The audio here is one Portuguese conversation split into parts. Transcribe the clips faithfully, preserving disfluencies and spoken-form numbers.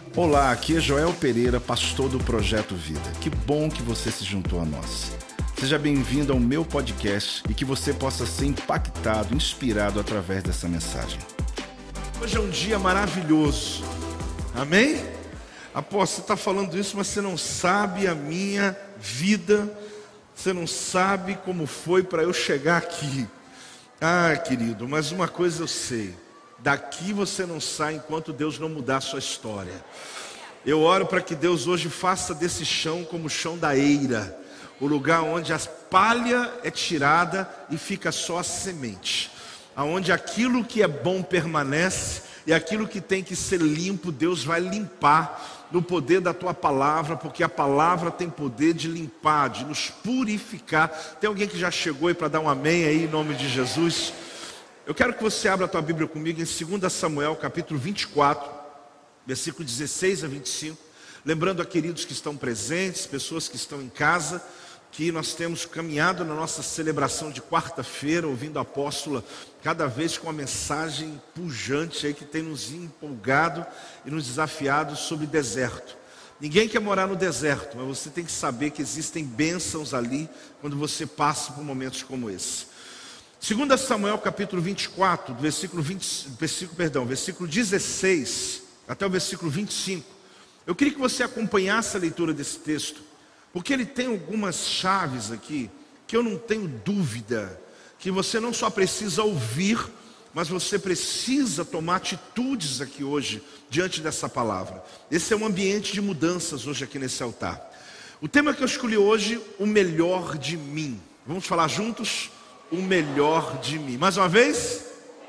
Olá, aqui é Joel Pereira, pastor do Projeto Vida. Que bom que você se juntou a nós. Seja bem-vindo ao meu podcast e que você possa ser impactado, inspirado através dessa mensagem. Hoje é um dia maravilhoso, amém? Apóstolo, você está falando isso, mas você não sabe a minha vida, você não sabe como foi para eu chegar aqui. Ah, querido, mas uma coisa eu sei, daqui você não sai enquanto Deus não mudar a sua história. Eu oro para que Deus hoje faça desse chão como o chão da eira, o lugar onde a palha é tirada e fica só a semente, aonde aquilo que é bom permanece e aquilo que tem que ser limpo, Deus vai limpar no poder da tua palavra, porque a palavra tem poder de limpar, de nos purificar. Tem alguém que já chegou aí para dar um amém aí em nome de Jesus? Eu quero que você abra a tua Bíblia comigo em dois Samuel, capítulo vinte e quatro, versículo dezesseis a vinte e cinco. Lembrando a queridos que estão presentes, pessoas que estão em casa, que nós temos caminhado na nossa celebração de quarta-feira, ouvindo a apóstola, cada vez com uma mensagem pujante aí que tem nos empolgado e nos desafiado sobre deserto. Ninguém quer morar no deserto, mas você tem que saber que existem bênçãos ali quando você passa por momentos como esse. dois Samuel capítulo vinte e quatro, versículo, vinte, versículo, perdão, versículo dezesseis até o versículo vinte e cinco. Eu queria que você acompanhasse a leitura desse texto, porque ele tem algumas chaves aqui que eu não tenho dúvida que você não só precisa ouvir, mas você precisa tomar atitudes aqui hoje diante dessa palavra. Esse é um ambiente de mudanças hoje aqui nesse altar. O tema que eu escolhi hoje, o melhor de mim. Vamos falar juntos? O melhor de mim. Mais uma vez?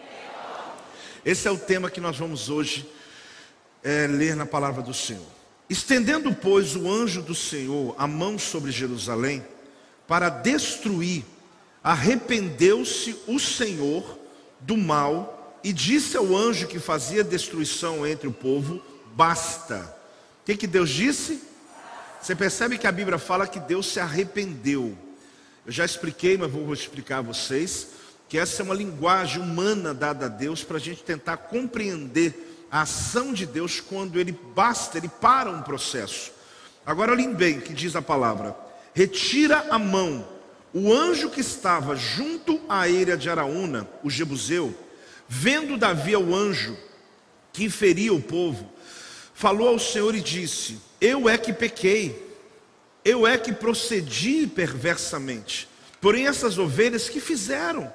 Esse é o tema que nós vamos hoje é, ler na palavra do Senhor. Estendendo, pois, o anjo do Senhor a mão sobre Jerusalém para destruir, arrependeu-se o Senhor do mal e disse ao anjo que fazia destruição entre o povo: basta. O que, que Deus disse? Você percebe que a Bíblia fala que Deus se arrependeu. Eu já expliquei, mas vou explicar a vocês, que essa é uma linguagem humana dada a Deus para a gente tentar compreender a ação de Deus quando Ele basta, Ele para um processo. Agora olhem bem que diz a palavra: retira a mão. O anjo que estava junto à eira de Araúna, o jebuseu, vendo Davi ao anjo que feria o povo, falou ao Senhor e disse: eu é que pequei, eu é que procedi perversamente. Porém essas ovelhas que fizeram?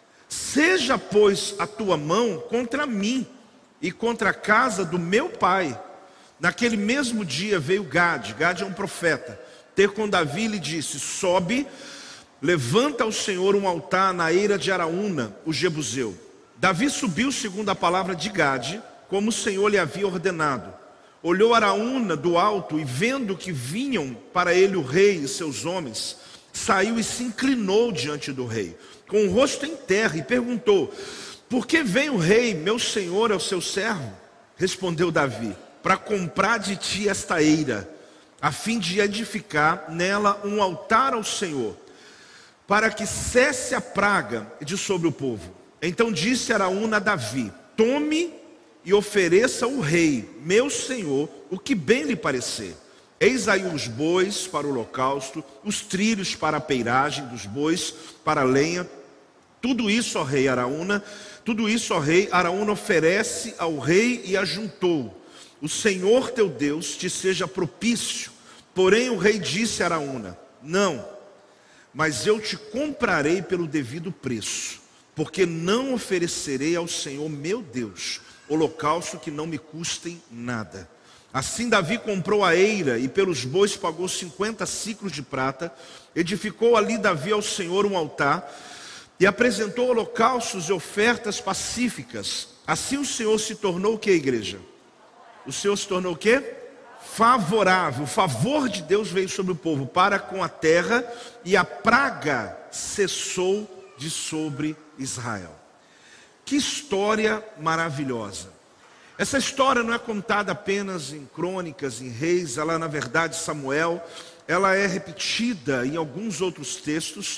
Seja, pois, a tua mão contra mim e contra a casa do meu pai. Naquele mesmo dia veio Gade, Gade é um profeta, ter com Davi e lhe disse: sobe, levanta ao Senhor um altar na eira de Araúna, o jebuseu. Davi subiu segundo a palavra de Gade, como o Senhor lhe havia ordenado. Olhou Araúna do alto e vendo que vinham para ele o rei e seus homens, saiu e se inclinou diante do rei, com o rosto em terra, e perguntou: por que vem o rei, meu senhor, ao seu servo? Respondeu Davi: para comprar de ti esta eira, a fim de edificar nela um altar ao Senhor, para que cesse a praga de sobre o povo. Então disse Araúna a Davi: tome e ofereça ao rei, meu senhor, o que bem lhe parecer. Eis aí os bois para o holocausto, os trilhos para a peiragem dos bois, para a lenha. Tudo isso, ó rei Araúna, tudo isso, ó rei, Araúna oferece ao rei e ajuntou. O Senhor teu Deus te seja propício. Porém o rei disse a Araúna: não, mas eu te comprarei pelo devido preço, porque não oferecerei ao Senhor meu Deus holocausto que não me custem nada. Assim Davi comprou a eira e pelos bois pagou cinquenta siclos de prata. Edificou ali Davi ao Senhor um altar e apresentou holocaustos e ofertas pacíficas. Assim o Senhor se tornou o que, igreja? O Senhor se tornou o que? Favorável. O favor de Deus veio sobre o povo para com a terra, e a praga cessou de sobre Israel. Que história maravilhosa. Essa história não é contada apenas em crônicas, em reis. Ela, na verdade, Samuel, ela é repetida em alguns outros textos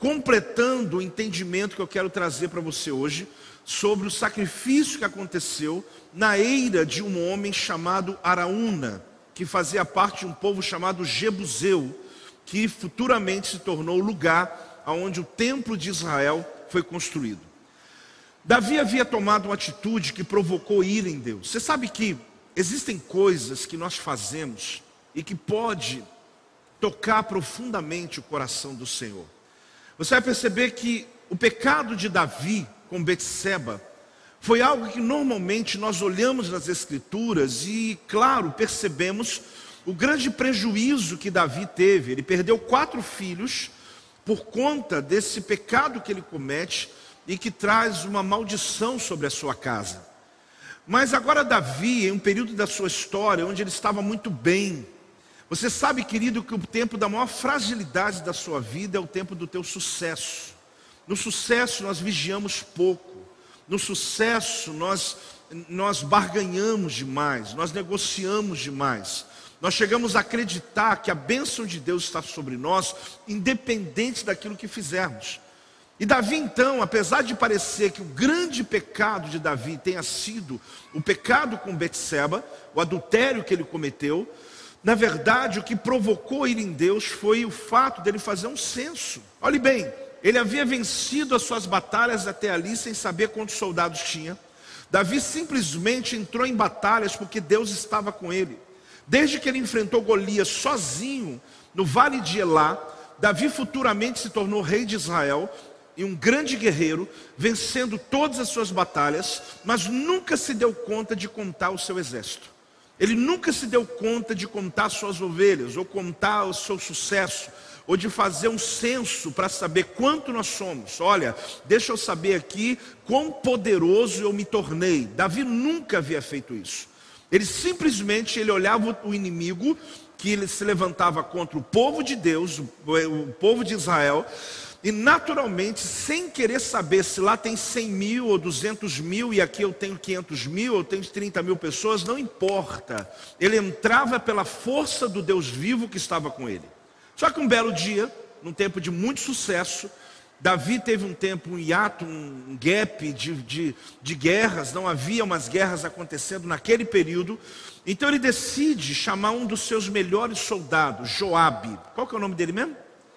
completando o entendimento que eu quero trazer para você hoje sobre o sacrifício que aconteceu na eira de um homem chamado Araúna, que fazia parte de um povo chamado Jebuseu, que futuramente se tornou o lugar onde o templo de Israel foi construído. Davi havia tomado uma atitude que provocou ira em Deus. Você sabe que existem coisas que nós fazemos e que pode tocar profundamente o coração do Senhor. Você vai perceber que o pecado de Davi com Betseba foi algo que normalmente nós olhamos nas Escrituras e, claro, percebemos o grande prejuízo que Davi teve. Ele perdeu quatro filhos por conta desse pecado que ele comete e que traz uma maldição sobre a sua casa. Mas agora Davi, em um período da sua história onde ele estava muito bem, você sabe, querido, que o tempo da maior fragilidade da sua vida é o tempo do teu sucesso. No sucesso nós vigiamos pouco. No sucesso nós, nós barganhamos demais, nós negociamos demais. Nós chegamos a acreditar que a bênção de Deus está sobre nós, independente daquilo que fizermos. E Davi então, apesar de parecer que o grande pecado de Davi tenha sido o pecado com Betseba, o adultério que ele cometeu, na verdade o que provocou ira em Deus foi o fato dele fazer um censo. Olhe bem, ele havia vencido as suas batalhas até ali sem saber quantos soldados tinha. Davi simplesmente entrou em batalhas porque Deus estava com ele. Desde que ele enfrentou Golias sozinho no vale de Elá, Davi futuramente se tornou rei de Israel e um grande guerreiro, vencendo todas as suas batalhas, mas nunca se deu conta de contar o seu exército. Ele nunca se deu conta de contar suas ovelhas, ou contar o seu sucesso, ou de fazer um censo para saber quanto nós somos. Olha, deixa eu saber aqui quão poderoso eu me tornei. Davi nunca havia feito isso. Ele simplesmente ele olhava o inimigo que ele se levantava contra o povo de Deus, o, o povo de Israel, e naturalmente, sem querer saber se lá tem cem mil ou duzentos mil, e aqui eu tenho quinhentos mil, eu tenho trinta mil pessoas, não importa. Ele entrava pela força do Deus vivo que estava com ele. Só que um belo dia, num tempo de muito sucesso, Davi teve um tempo, um hiato, um gap de, de, de guerras, não havia umas guerras acontecendo naquele período. Então ele decide chamar um dos seus melhores soldados, Joabe. Qual que é o nome dele mesmo?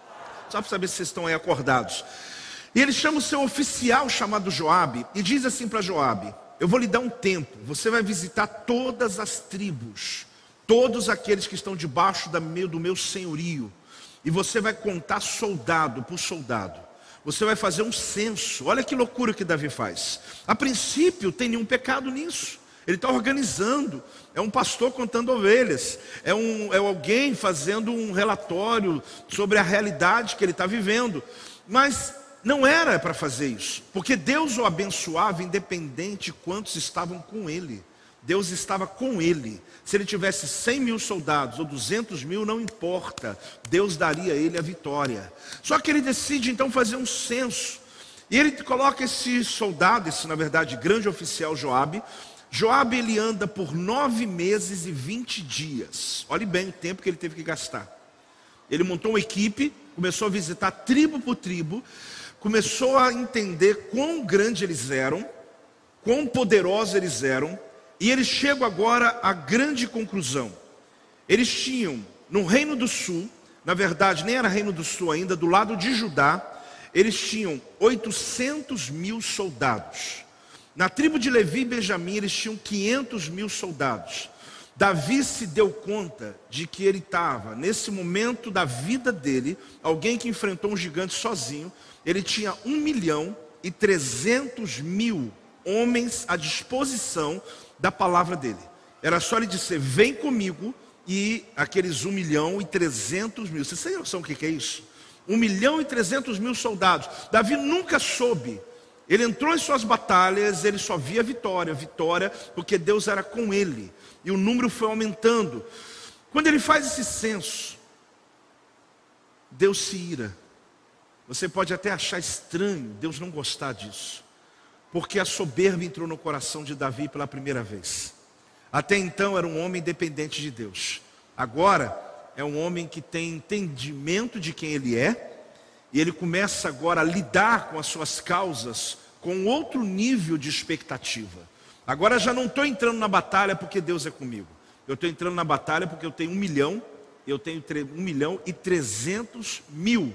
Só para saber se vocês estão aí acordados. E ele chama o seu oficial chamado Joabe e diz assim para Joabe: eu vou lhe dar um tempo, você vai visitar todas as tribos, todos aqueles que estão debaixo da meu, do meu senhorio, e você vai contar soldado por soldado. Você vai fazer um censo. Olha que loucura que Davi faz. A princípio tem nenhum pecado nisso. Ele está organizando. É um pastor contando ovelhas. É, um, é alguém fazendo um relatório sobre a realidade que ele está vivendo. Mas não era para fazer isso. Porque Deus o abençoava independente de quantos estavam com ele. Deus estava com ele. Se ele tivesse cem mil soldados ou duzentos mil, não importa. Deus daria a ele a vitória. Só que ele decide então fazer um censo. E ele coloca esse soldado, esse na verdade grande oficial Joabe. Joabe ele anda por nove meses e vinte dias. Olhe bem o tempo que ele teve que gastar. Ele montou uma equipe, começou a visitar tribo por tribo. Começou a entender quão grande eles eram, quão poderosos eles eram. E eles chegam agora à grande conclusão. Eles tinham no Reino do Sul, na verdade nem era Reino do Sul ainda, do lado de Judá, eles tinham oitocentos mil soldados. Na tribo de Levi e Benjamim eles tinham quinhentos mil soldados. Davi se deu conta de que ele estava, nesse momento da vida dele, alguém que enfrentou um gigante sozinho. Ele tinha um milhão e trezentos mil homens à disposição da palavra dele. Era só ele dizer: vem comigo, e aqueles um milhão e trezentos mil. Vocês têm noção do que é isso? Um milhão e trezentos mil soldados. Davi nunca soube. Ele entrou em suas batalhas, ele só via vitória, vitória, porque Deus era com ele. E o número foi aumentando. Quando ele faz esse censo, Deus se ira. Você pode até achar estranho Deus não gostar disso, porque a soberba entrou no coração de Davi pela primeira vez. Até então era um homem dependente de Deus. Agora é um homem que tem entendimento de quem ele é E ele começa agora a lidar com as suas causas com outro nível de expectativa. Agora já não estou entrando na batalha porque Deus é comigo. Eu estou entrando na batalha porque eu tenho um milhão, eu tenho um milhão e trezentos mil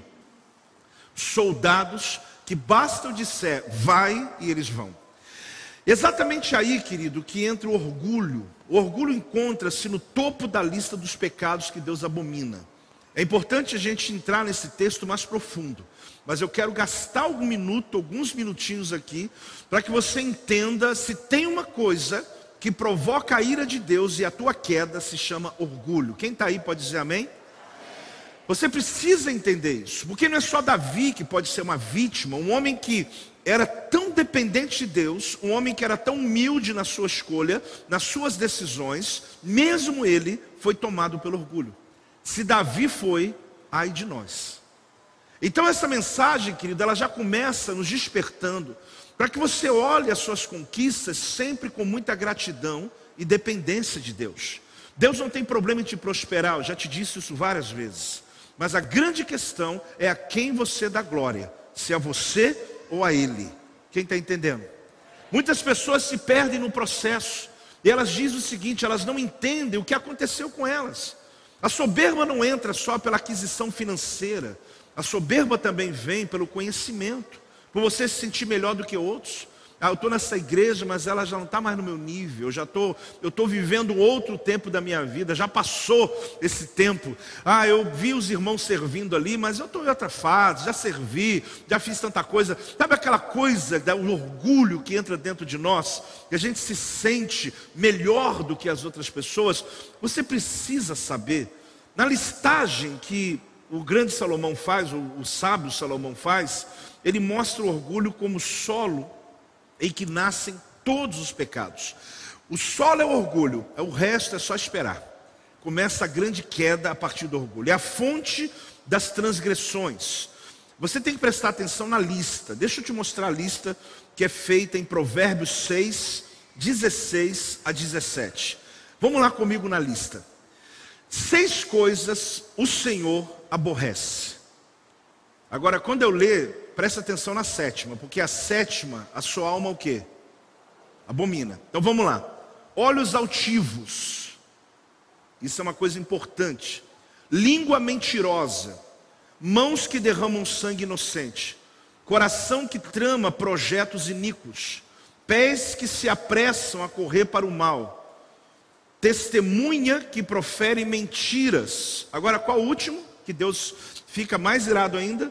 soldados que basta eu disser, vai, e eles vão. Exatamente aí, querido, que entra o orgulho. O orgulho encontra-se no topo da lista dos pecados que Deus abomina. É importante a gente entrar nesse texto mais profundo, mas eu quero gastar algum minuto, alguns minutinhos aqui, para que você entenda se tem uma coisa que provoca a ira de Deus e a tua queda se chama orgulho. Quem está aí pode dizer amém? Você precisa entender isso, porque não é só Davi que pode ser uma vítima, um homem que era tão dependente de Deus, um homem que era tão humilde na sua escolha, nas suas decisões, mesmo ele foi tomado pelo orgulho. Se Davi foi, ai de nós. Então essa mensagem, querido, ela já começa nos despertando, para que você olhe as suas conquistas sempre com muita gratidão e dependência de Deus. Deus não tem problema em te prosperar, eu já te disse isso várias vezes. Mas a grande questão é a quem você dá glória, se a você ou a Ele. Quem está entendendo? Muitas pessoas se perdem no processo, e elas dizem o seguinte, elas não entendem o que aconteceu com elas. A soberba não entra só pela aquisição financeira, a soberba também vem pelo conhecimento, por você se sentir melhor do que outros. Ah, eu estou nessa igreja, mas ela já não está mais no meu nível, eu já estou, eu estou vivendo outro tempo da minha vida, já passou esse tempo. Ah, eu vi os irmãos servindo ali, mas eu estou em outra fase, já servi, já fiz tanta coisa. Sabe aquela coisa, o orgulho que entra dentro de nós, que a gente se sente melhor do que as outras pessoas? Você precisa saber, na listagem que o grande Salomão faz, o, o sábio Salomão faz, ele mostra o orgulho como solo em que nascem todos os pecados. O solo é o orgulho, o resto é só esperar. Começa a grande queda a partir do orgulho. É a fonte das transgressões. Você tem que prestar atenção na lista. Deixa eu te mostrar a lista que é feita em Provérbios seis, dezesseis a dezessete. Vamos lá comigo na lista. Seis coisas o Senhor aborrece. Agora, quando eu ler, presta atenção na sétima, porque a sétima, a sua alma o quê? Abomina. Então vamos lá. Olhos altivos. Isso é uma coisa importante. Língua mentirosa. Mãos que derramam sangue inocente. Coração que trama projetos iníquos. Pés que se apressam a correr para o mal. Testemunha que profere mentiras. Agora qual o último? Que Deus fica mais irado ainda.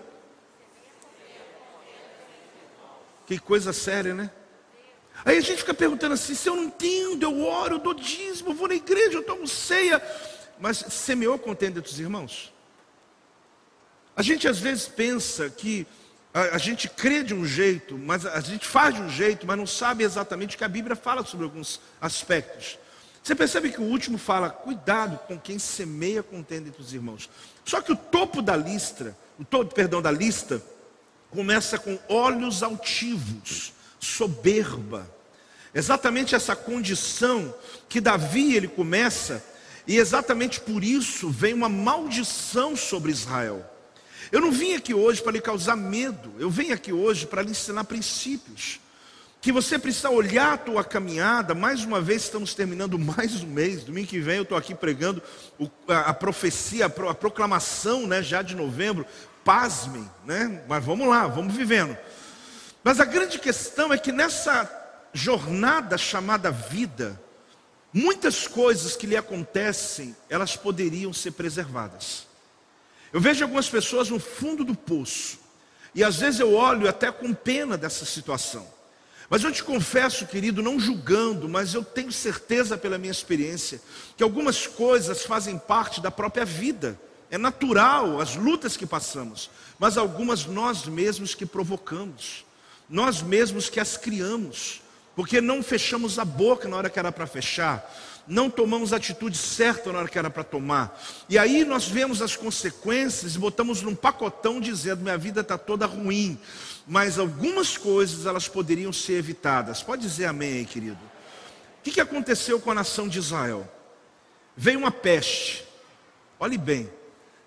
Que coisa séria, né? Aí a gente fica perguntando assim, se eu não entendo, eu oro, eu dou dízimo, eu vou na igreja, eu tomo ceia. Mas semeou contente entre os irmãos? A gente às vezes pensa que a, a gente crê de um jeito, mas a gente faz de um jeito, mas não sabe exatamente o que a Bíblia fala sobre alguns aspectos. Você percebe que o último fala, cuidado com quem semeia contente entre os irmãos. Só que o topo da lista, o topo, perdão, da lista, começa com olhos altivos, soberba. Exatamente essa condição que Davi ele começa, e exatamente por isso vem uma maldição sobre Israel. Eu não vim aqui hoje para lhe causar medo, eu venho aqui hoje para lhe ensinar princípios. Que você precisa olhar a tua caminhada. Mais uma vez estamos terminando mais um mês. Domingo que vem eu estou aqui pregando o, a, a profecia, a, pro, a proclamação, né, já de novembro. Pasmem, né? Mas vamos lá, vamos vivendo. Mas a grande questão é que nessa jornada chamada vida, muitas coisas que lhe acontecem, elas poderiam ser preservadas. Eu vejo algumas pessoas no fundo do poço, e às vezes eu olho até com pena dessa situação. Mas eu te confesso, querido, não julgando, mas eu tenho certeza pela minha experiência, que algumas coisas fazem parte da própria vida. É natural as lutas que passamos, mas algumas nós mesmos que provocamos, nós mesmos que as criamos, porque não fechamos a boca na hora que era para fechar, não tomamos a atitude certa na hora que era para tomar, e aí nós vemos as consequências e botamos num pacotão dizendo, minha vida está toda ruim, mas algumas coisas elas poderiam ser evitadas. Pode dizer amém aí, querido? O que, que aconteceu com a nação de Israel? Veio uma peste, olhe bem,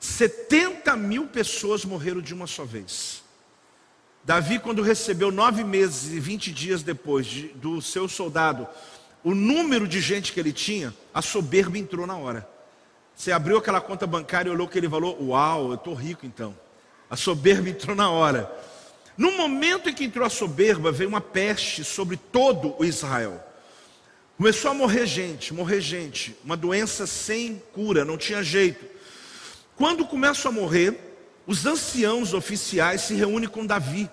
setenta mil pessoas morreram de uma só vez. Davi, quando recebeu nove meses e vinte dias depois de, do seu soldado, o número de gente que ele tinha, a soberba entrou na hora. Você abriu aquela conta bancária e olhou aquele valor, uau, eu estou rico então. A soberba entrou na hora. No momento em que entrou a soberba, veio uma peste sobre todo o Israel. Começou a morrer gente, morrer gente, uma doença sem cura, não tinha jeito. Quando começam a morrer, os anciãos oficiais se reúnem com Davi.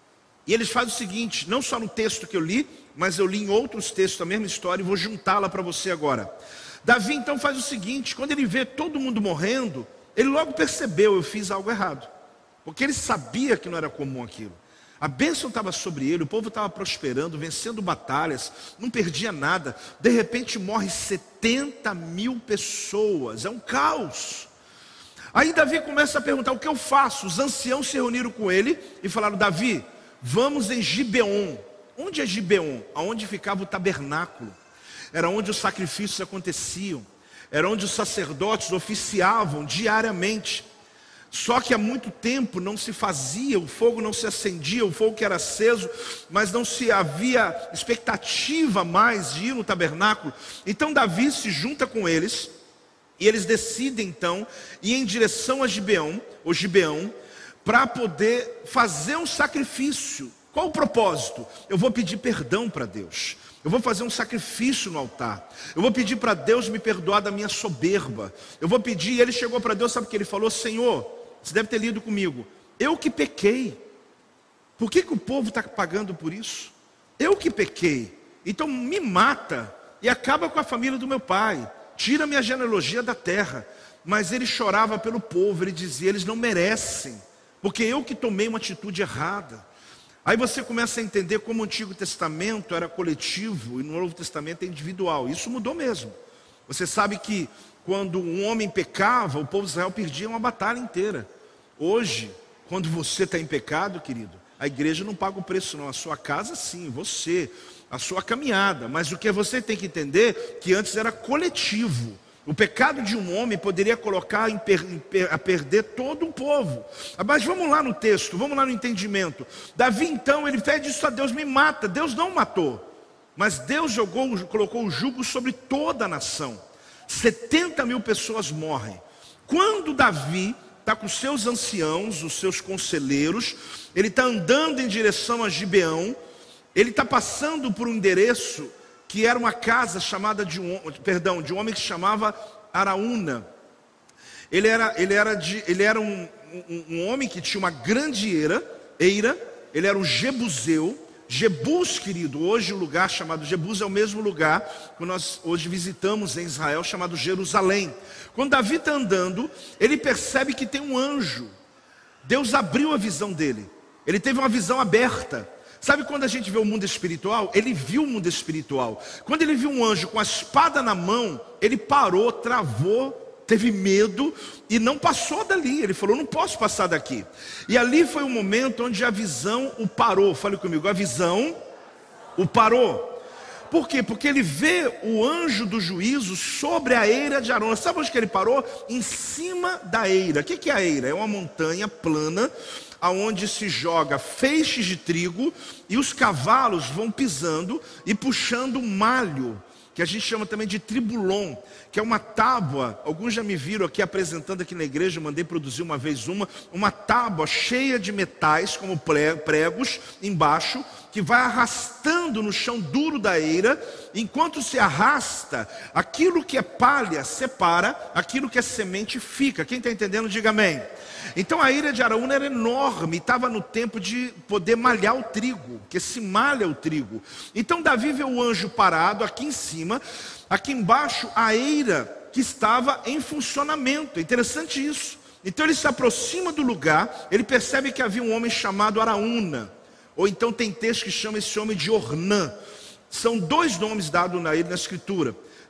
E eles fazem o seguinte, não só no texto que eu li, mas eu li em outros textos a mesma história e vou juntá-la para você agora. Davi então faz o seguinte, quando ele vê todo mundo morrendo, ele logo percebeu, eu fiz algo errado. Porque ele sabia que não era comum aquilo. A bênção estava sobre ele, o povo estava prosperando, vencendo batalhas, não perdia nada. De repente morre setenta mil pessoas, é um caos. Aí Davi começa a perguntar, o que eu faço? Os anciãos se reuniram com ele e falaram, Davi, vamos em Gibeon. Onde é Gibeon? Aonde ficava o tabernáculo. Era onde os sacrifícios aconteciam. Era onde os sacerdotes oficiavam diariamente. Só que há muito tempo não se fazia, o fogo não se acendia, o fogo que era aceso, mas não se havia expectativa mais de ir no tabernáculo. Então Davi se junta com eles, e eles decidem então ir em direção a Gibeão, ou Gibeão, para poder fazer um sacrifício. Qual o propósito? Eu vou pedir perdão para Deus. Eu vou fazer um sacrifício no altar. Eu vou pedir para Deus me perdoar da minha soberba. Eu vou pedir, e ele chegou para Deus, sabe o que ele falou? Senhor, você deve ter lido comigo. Eu que pequei. Por que, que o povo está pagando por isso? Eu que pequei. Então me mata e acaba com a família do meu pai. Tira minha genealogia da terra. Mas ele chorava pelo povo, ele dizia, eles não merecem, porque eu que tomei uma atitude errada. Aí você começa a entender como o Antigo Testamento era coletivo e no Novo Testamento é individual. Isso mudou mesmo. Você sabe que quando um homem pecava, o povo de Israel perdia uma batalha inteira. Hoje, quando você está em pecado, querido, a igreja não paga o preço não, a sua casa sim, você, a sua caminhada. Mas o que você tem que entender, que antes era coletivo. O pecado de um homem poderia colocar em per, em per, a perder todo o povo. Mas vamos lá no texto, vamos lá no entendimento. Davi então, ele pede isso a Deus, me mata. Deus não matou, mas Deus jogou, colocou o jugo sobre toda a nação. setenta mil pessoas morrem. Quando Davi está com os seus anciãos, os seus conselheiros, ele está andando em direção a Gibeão, ele está passando por um endereço que era uma casa chamada de um, perdão, de um homem que se chamava Araúna. Ele era, ele era, de, ele era um, um, um homem que tinha uma grande eira, eira, ele era um Jebuseu. Jebus, querido, hoje o lugar chamado Jebus é o mesmo lugar que nós hoje visitamos em Israel, chamado Jerusalém. Quando Davi está andando, ele percebe que tem um anjo. Deus abriu a visão dele, ele teve uma visão aberta. Sabe quando a gente vê o mundo espiritual? Ele viu o mundo espiritual. Quando ele viu um anjo com a espada na mão, ele parou, travou, teve medo e não passou dali. Ele falou, não posso passar daqui. E ali foi o momento onde a visão o parou. Fale comigo, a visão o parou. Por quê? Porque ele vê o anjo do juízo sobre a eira de Arona. Sabe onde que ele parou? Em cima da eira. O que é a eira? É uma montanha plana, aonde se joga feixes de trigo e os cavalos vão pisando e puxando um malho, que a gente chama também de tribulon, que é uma tábua. Alguns já me viram aqui apresentando aqui na igreja, eu mandei produzir uma vez uma, uma tábua cheia de metais, como pregos, embaixo, que vai arrastando no chão duro da eira. Enquanto se arrasta, aquilo que é palha separa, aquilo que é semente fica. Quem está entendendo, diga amém. Então a eira de Araúna era enorme, estava no tempo de poder malhar o trigo, que se malha o trigo. Então Davi vê o anjo parado aqui em cima, aqui embaixo a eira que estava em funcionamento. É interessante isso. Então ele se aproxima do lugar, ele percebe que havia um homem chamado Araúna, ou então tem texto que chama esse homem de Ornã. São dois nomes dados na, na escritura.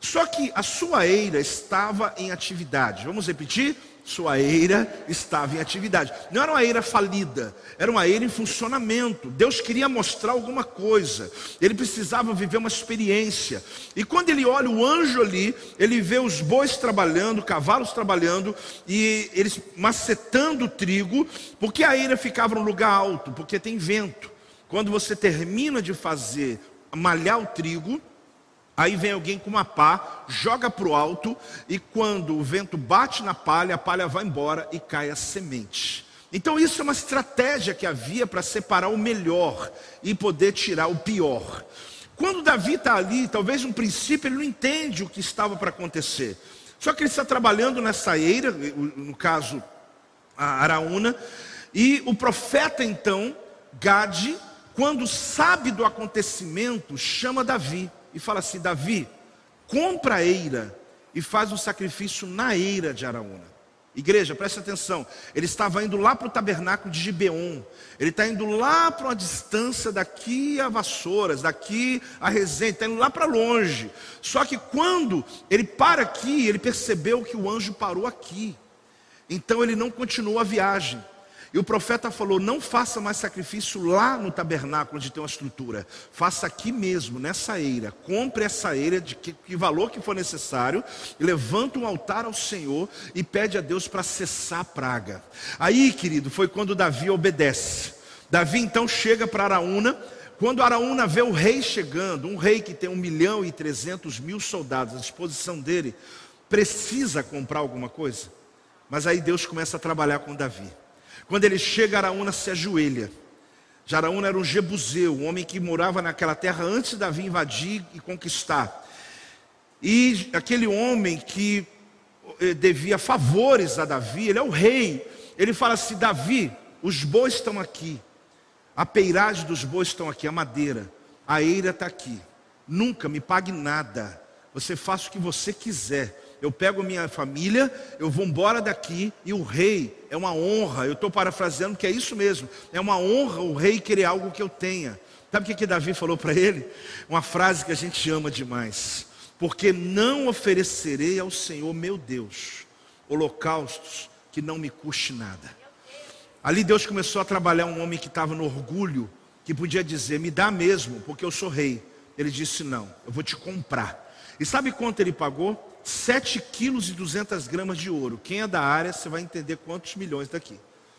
Só que a sua eira estava em atividade. Vamos repetir? Sua eira estava em atividade. Não era uma eira falida, era uma eira em funcionamento. Deus queria mostrar alguma coisa. Ele precisava viver uma experiência. E quando ele olha o anjo ali, ele vê os bois trabalhando, cavalos trabalhando, e eles macetando o trigo, porque a eira ficava num lugar alto, porque tem vento. Quando você termina de fazer, malhar o trigo, aí vem alguém com uma pá, joga para o alto, e quando o vento bate na palha, a palha vai embora e cai a semente. Então isso é uma estratégia que havia para separar o melhor e poder tirar o pior. Quando Davi está ali, talvez no princípio ele não entende o que estava para acontecer. Só que ele está trabalhando nessa eira, no caso a Araúna, e o profeta então, Gade, quando sabe do acontecimento, chama Davi. E fala assim: Davi, compra a eira e faz um sacrifício na eira de Araúna. Igreja, presta atenção. Ele estava indo lá para o tabernáculo de Gibeon. Ele está indo lá para uma distância daqui a Vassouras, daqui a Resende, está indo lá para longe. Só que quando ele para aqui, ele percebeu que o anjo parou aqui. Então ele não continuou a viagem. E o profeta falou: não faça mais sacrifício lá no tabernáculo onde tem uma estrutura. Faça aqui mesmo, nessa eira. Compre essa eira de que, que valor que for necessário. E levanta um altar ao Senhor e pede a Deus para cessar a praga. Aí, querido, foi quando Davi obedece. Davi então chega para Araúna. Quando Araúna vê o rei chegando, um rei que tem um milhão e trezentos mil soldados à disposição dele, precisa comprar alguma coisa. Mas aí Deus começa a trabalhar com Davi. Quando ele chega, Araúna se ajoelha. Já Araúna era um jebuseu, um homem que morava naquela terra antes de Davi invadir e conquistar. E aquele homem que devia favores a Davi, ele é o rei. Ele fala assim: Davi, os bois estão aqui, a peiragem dos bois estão aqui, a madeira, a eira está aqui. Nunca me pague nada, você faça o que você quiser. Eu pego minha família, eu vou embora daqui, e o rei, é uma honra, eu estou parafraseando que é isso mesmo, é uma honra o rei querer algo que eu tenha. Sabe o que, que Davi falou para ele? Uma frase que a gente ama demais: porque não oferecerei ao Senhor meu Deus holocaustos que não me custe nada. Ali Deus começou a trabalhar um homem que estava no orgulho, que podia dizer: me dá mesmo, porque eu sou rei. Ele disse: não, eu vou te comprar. E sabe quanto ele pagou? sete quilos e duzentas gramas de ouro. Quem é da área, você vai entender quantos milhões daqui.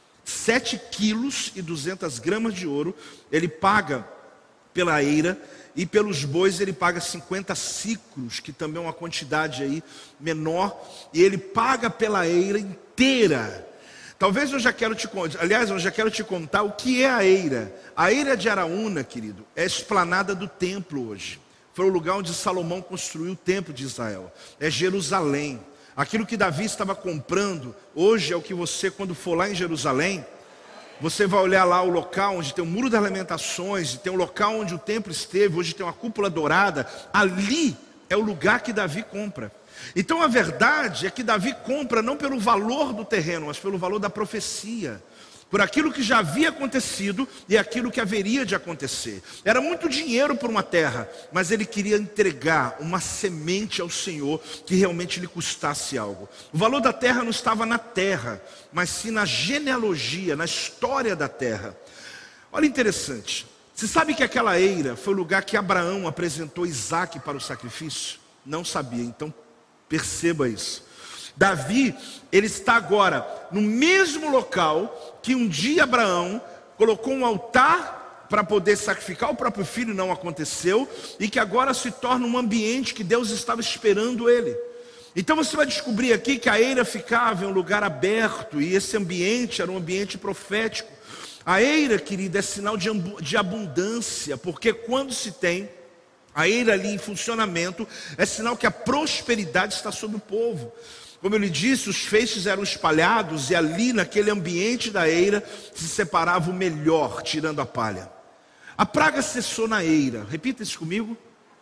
sete quilos e duzentas gramas de ouro. Ele paga pela eira. E pelos bois ele paga cinquenta ciclos, que também é uma quantidade aí menor. E ele paga pela eira inteira. Talvez eu já quero te contar, aliás, eu já quero te contar o que é a eira. A eira de Araúna, querido, é a esplanada do templo hoje. Foi o lugar onde Salomão construiu o templo de Israel. É Jerusalém. Aquilo que Davi estava comprando, hoje é o que você, quando for lá em Jerusalém, você vai olhar lá o local onde tem o Muro das Lamentações, tem o local onde o templo esteve, hoje tem uma cúpula dourada. Ali é o lugar que Davi compra. Então a verdade é que Davi compra não pelo valor do terreno, mas pelo valor da profecia. Por aquilo que já havia acontecido e aquilo que haveria de acontecer. Era muito dinheiro por uma terra, mas ele queria entregar uma semente ao Senhor que realmente lhe custasse algo. O valor da terra não estava na terra, mas sim na genealogia, na história da terra. Olha, interessante. Você sabe que aquela eira foi o lugar que Abraão apresentou Isaac para o sacrifício? Não sabia, então perceba isso. Davi, ele está agora no mesmo local que um dia Abraão colocou um altar para poder sacrificar o próprio filho, não aconteceu, e que agora se torna um ambiente que Deus estava esperando ele. Então você vai descobrir aqui que a eira ficava em um lugar aberto, e esse ambiente era um ambiente profético. A eira, querida, é sinal de, de abundância, porque quando se tem a eira ali em funcionamento, é sinal que a prosperidade está sobre o povo. Como eu lhe disse, os feixes eram espalhados e ali naquele ambiente da eira se separava o melhor, tirando a palha. A praga cessou na eira. Repita isso comigo.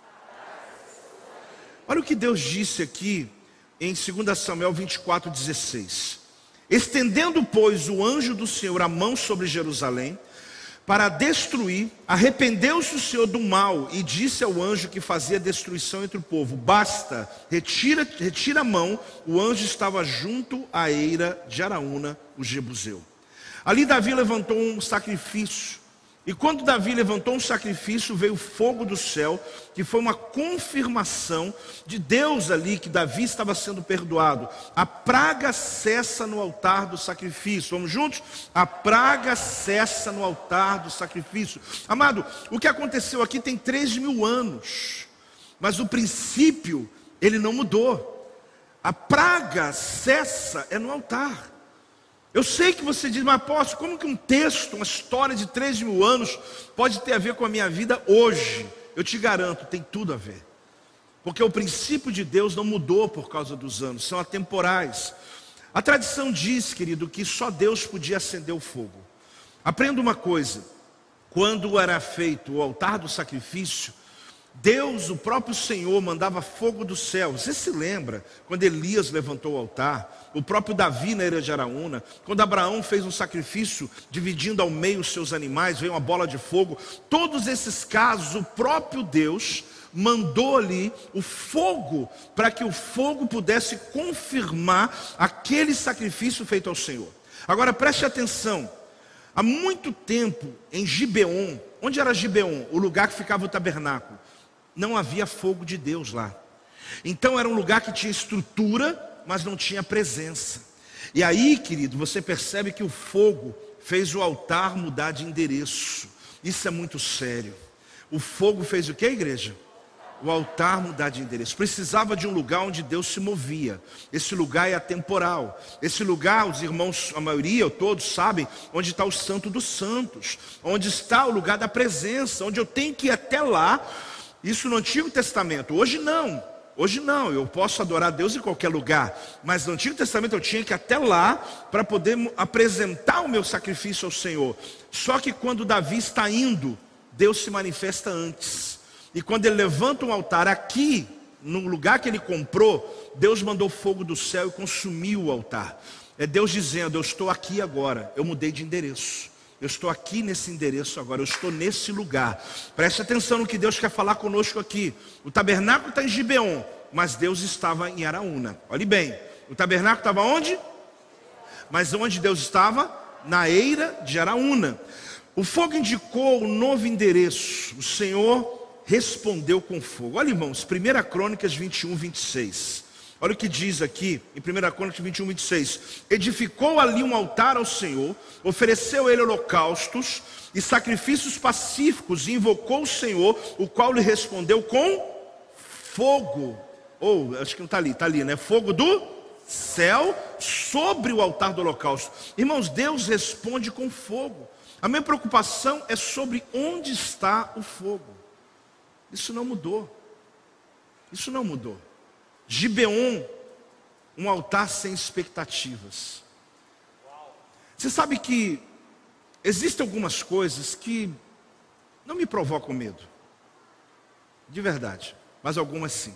Olha o que Deus disse aqui em dois Samuel vinte e quatro, dezesseis. Estendendo, pois, o anjo do Senhor a mão sobre Jerusalém, para destruir, arrependeu-se o Senhor do mal e disse ao anjo que fazia destruição entre o povo: basta, retira, retira a mão. O anjo estava junto à eira de Araúna, o jebuseu. Ali Davi levantou um sacrifício. E quando Davi levantou um sacrifício, veio fogo do céu, que foi uma confirmação de Deus ali, que Davi estava sendo perdoado. A praga cessa no altar do sacrifício. Vamos juntos? A praga cessa no altar do sacrifício. Amado, o que aconteceu aqui tem três mil anos, mas o princípio, ele não mudou. A praga cessa é no altar. Eu sei que você diz: mas apóstolo, como que um texto, uma história de três mil anos pode ter a ver com a minha vida hoje? Eu te garanto, tem tudo a ver. Porque o princípio de Deus não mudou por causa dos anos, são atemporais. A tradição diz, querido, que só Deus podia acender o fogo. Aprenda uma coisa: quando era feito o altar do sacrifício, Deus, o próprio Senhor, mandava fogo do céu. Você se lembra quando Elias levantou o altar? O próprio Davi na eira de Araúna, quando Abraão fez um sacrifício dividindo ao meio os seus animais, veio uma bola de fogo. Todos esses casos, o próprio Deus mandou ali o fogo, para que o fogo pudesse confirmar aquele sacrifício feito ao Senhor. Agora preste atenção: há muito tempo em Gibeon, onde era Gibeon? O lugar que ficava o tabernáculo. Não havia fogo de Deus lá. Então era um lugar que tinha estrutura, mas não tinha presença. E aí, querido, você percebe que o fogo fez o altar mudar de endereço. Isso é muito sério. O fogo fez o que, igreja? O altar mudar de endereço. Precisava de um lugar onde Deus se movia. Esse lugar é atemporal. Esse lugar, os irmãos, a maioria, ou todos sabem, onde está o Santo dos Santos, onde está o lugar da presença, onde eu tenho que ir até lá. Isso no Antigo Testamento. Hoje não. Hoje não, eu posso adorar Deus em qualquer lugar. Mas no Antigo Testamento eu tinha que ir até lá para poder apresentar o meu sacrifício ao Senhor. Só que quando Davi está indo, Deus se manifesta antes. E quando ele levanta um altar aqui, no lugar que ele comprou, Deus mandou fogo do céu e consumiu o altar. É Deus dizendo: eu estou aqui agora, eu mudei de endereço. Eu estou aqui nesse endereço agora, eu estou nesse lugar. Preste atenção no que Deus quer falar conosco aqui. O tabernáculo está em Gibeon, mas Deus estava em Araúna. Olhe bem, o tabernáculo estava onde? Mas onde Deus estava? Na eira de Araúna. O fogo indicou um novo endereço. O Senhor respondeu com fogo. Olha, irmãos, primeira Crônicas vinte e um, vinte e seis. Olha o que diz aqui em primeira Crônicas vinte e um, vinte e seis. Edificou ali um altar ao Senhor, ofereceu ele holocaustos e sacrifícios pacíficos, e invocou o Senhor, o qual lhe respondeu com fogo. Ou, oh, acho que não está ali, está ali, né? Fogo do céu sobre o altar do holocausto. Irmãos, Deus responde com fogo. A minha preocupação é sobre onde está o fogo. Isso não mudou. Isso não mudou. Gibeon, um altar sem expectativas. Você sabe que existem algumas coisas que não me provocam medo, de verdade, mas algumas sim.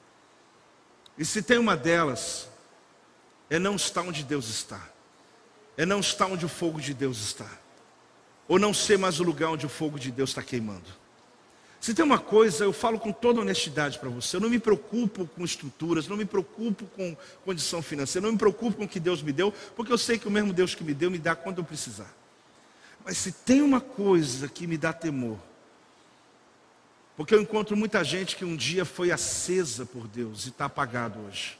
E se tem uma delas, é não estar onde Deus está, é não estar onde o fogo de Deus está, ou não ser mais o lugar onde o fogo de Deus está queimando. Se tem uma coisa, eu falo com toda honestidade para você: eu não me preocupo com estruturas, não me preocupo com condição financeira, não me preocupo com o que Deus me deu, porque eu sei que o mesmo Deus que me deu, me dá quando eu precisar. Mas se tem uma coisa que me dá temor, porque eu encontro muita gente que um dia foi acesa por Deus e está apagado hoje.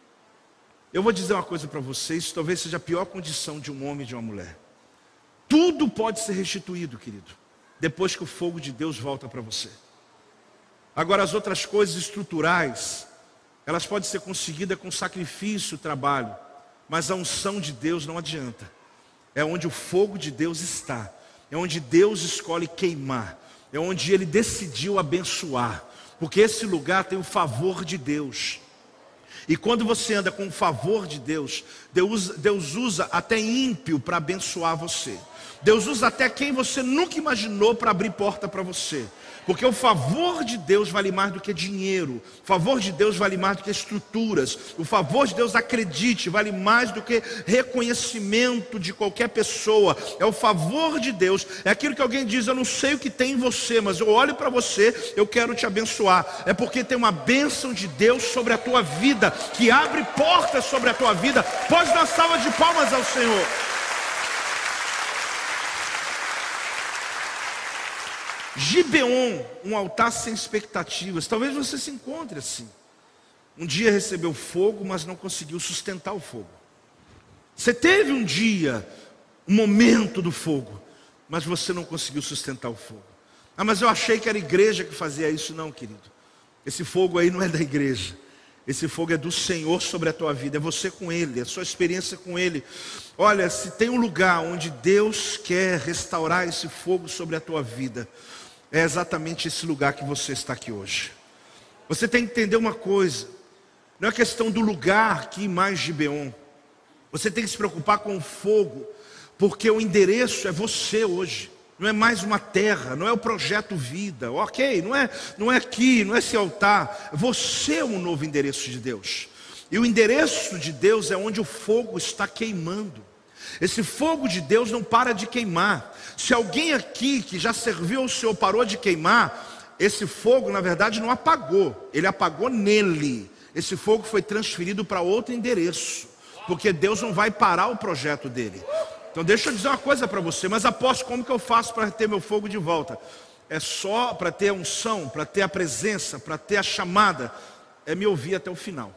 Eu vou dizer uma coisa para vocês, isso talvez seja a pior condição de um homem e de uma mulher. Tudo pode ser restituído, querido, depois que o fogo de Deus volta para você. Agora, as outras coisas estruturais, elas podem ser conseguidas com sacrifício, trabalho, mas a unção de Deus não adianta. É onde o fogo de Deus está, é onde Deus escolhe queimar, é onde Ele decidiu abençoar, porque esse lugar tem o favor de Deus. E quando você anda com o favor de Deus, Deus, Deus usa até ímpio para abençoar você. Deus usa até quem você nunca imaginou para abrir porta para você. Porque o favor de Deus vale mais do que dinheiro. O favor de Deus vale mais do que estruturas. O favor de Deus, acredite, vale mais do que reconhecimento de qualquer pessoa. É o favor de Deus. É aquilo que alguém diz: eu não sei o que tem em você, mas eu olho para você, eu quero te abençoar. É porque tem uma bênção de Deus sobre a tua vida, que abre portas sobre a tua vida. Pode dar uma salva de palmas ao Senhor. Gibeon, um altar sem expectativas. Talvez você se encontre assim. Um dia recebeu fogo, mas não conseguiu sustentar o fogo. Você teve um dia, um momento do fogo, mas você não conseguiu sustentar o fogo. Ah, mas eu achei que era a igreja que fazia isso. Não, querido. Esse fogo aí não é da igreja. Esse fogo é do Senhor sobre a tua vida. É você com Ele, é a sua experiência com Ele. Olha, se tem um lugar onde Deus quer restaurar esse fogo sobre a tua vida, é exatamente esse lugar que você está aqui hoje. Você tem que entender uma coisa: não é questão do lugar aqui mais Gibeon. Você tem que se preocupar com o fogo, porque o endereço é você hoje. Não é mais uma terra, não é o projeto vida, ok? Não é, não é aqui, não é esse altar. Você é um novo endereço de Deus. E o endereço de Deus é onde o fogo está queimando. Esse fogo de Deus não para de queimar. Se alguém aqui que já serviu ao Senhor parou de queimar, esse fogo na verdade não apagou, ele apagou nele. Esse fogo foi transferido para outro endereço, porque Deus não vai parar o projeto dele. Então deixa eu dizer uma coisa para você: mas apóstolo, como que eu faço para ter meu fogo de volta? É só para ter a unção, para ter a presença, para ter a chamada, é me ouvir até o final.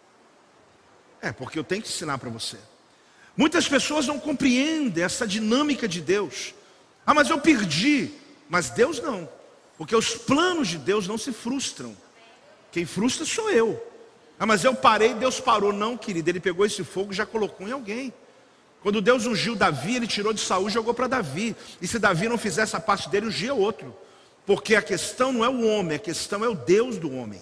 É, porque eu tenho que ensinar para você. Muitas pessoas não compreendem essa dinâmica de Deus. Ah, mas eu perdi. Mas Deus não, porque os planos de Deus não se frustram. Quem frustra sou eu. Ah, mas eu parei, Deus parou. Não, querido, Ele pegou esse fogo e já colocou em alguém. Quando Deus ungiu Davi, Ele tirou de Saul e jogou para Davi. E se Davi não fizesse a parte dele, ungia outro. Porque a questão não é o homem, a questão é o Deus do homem.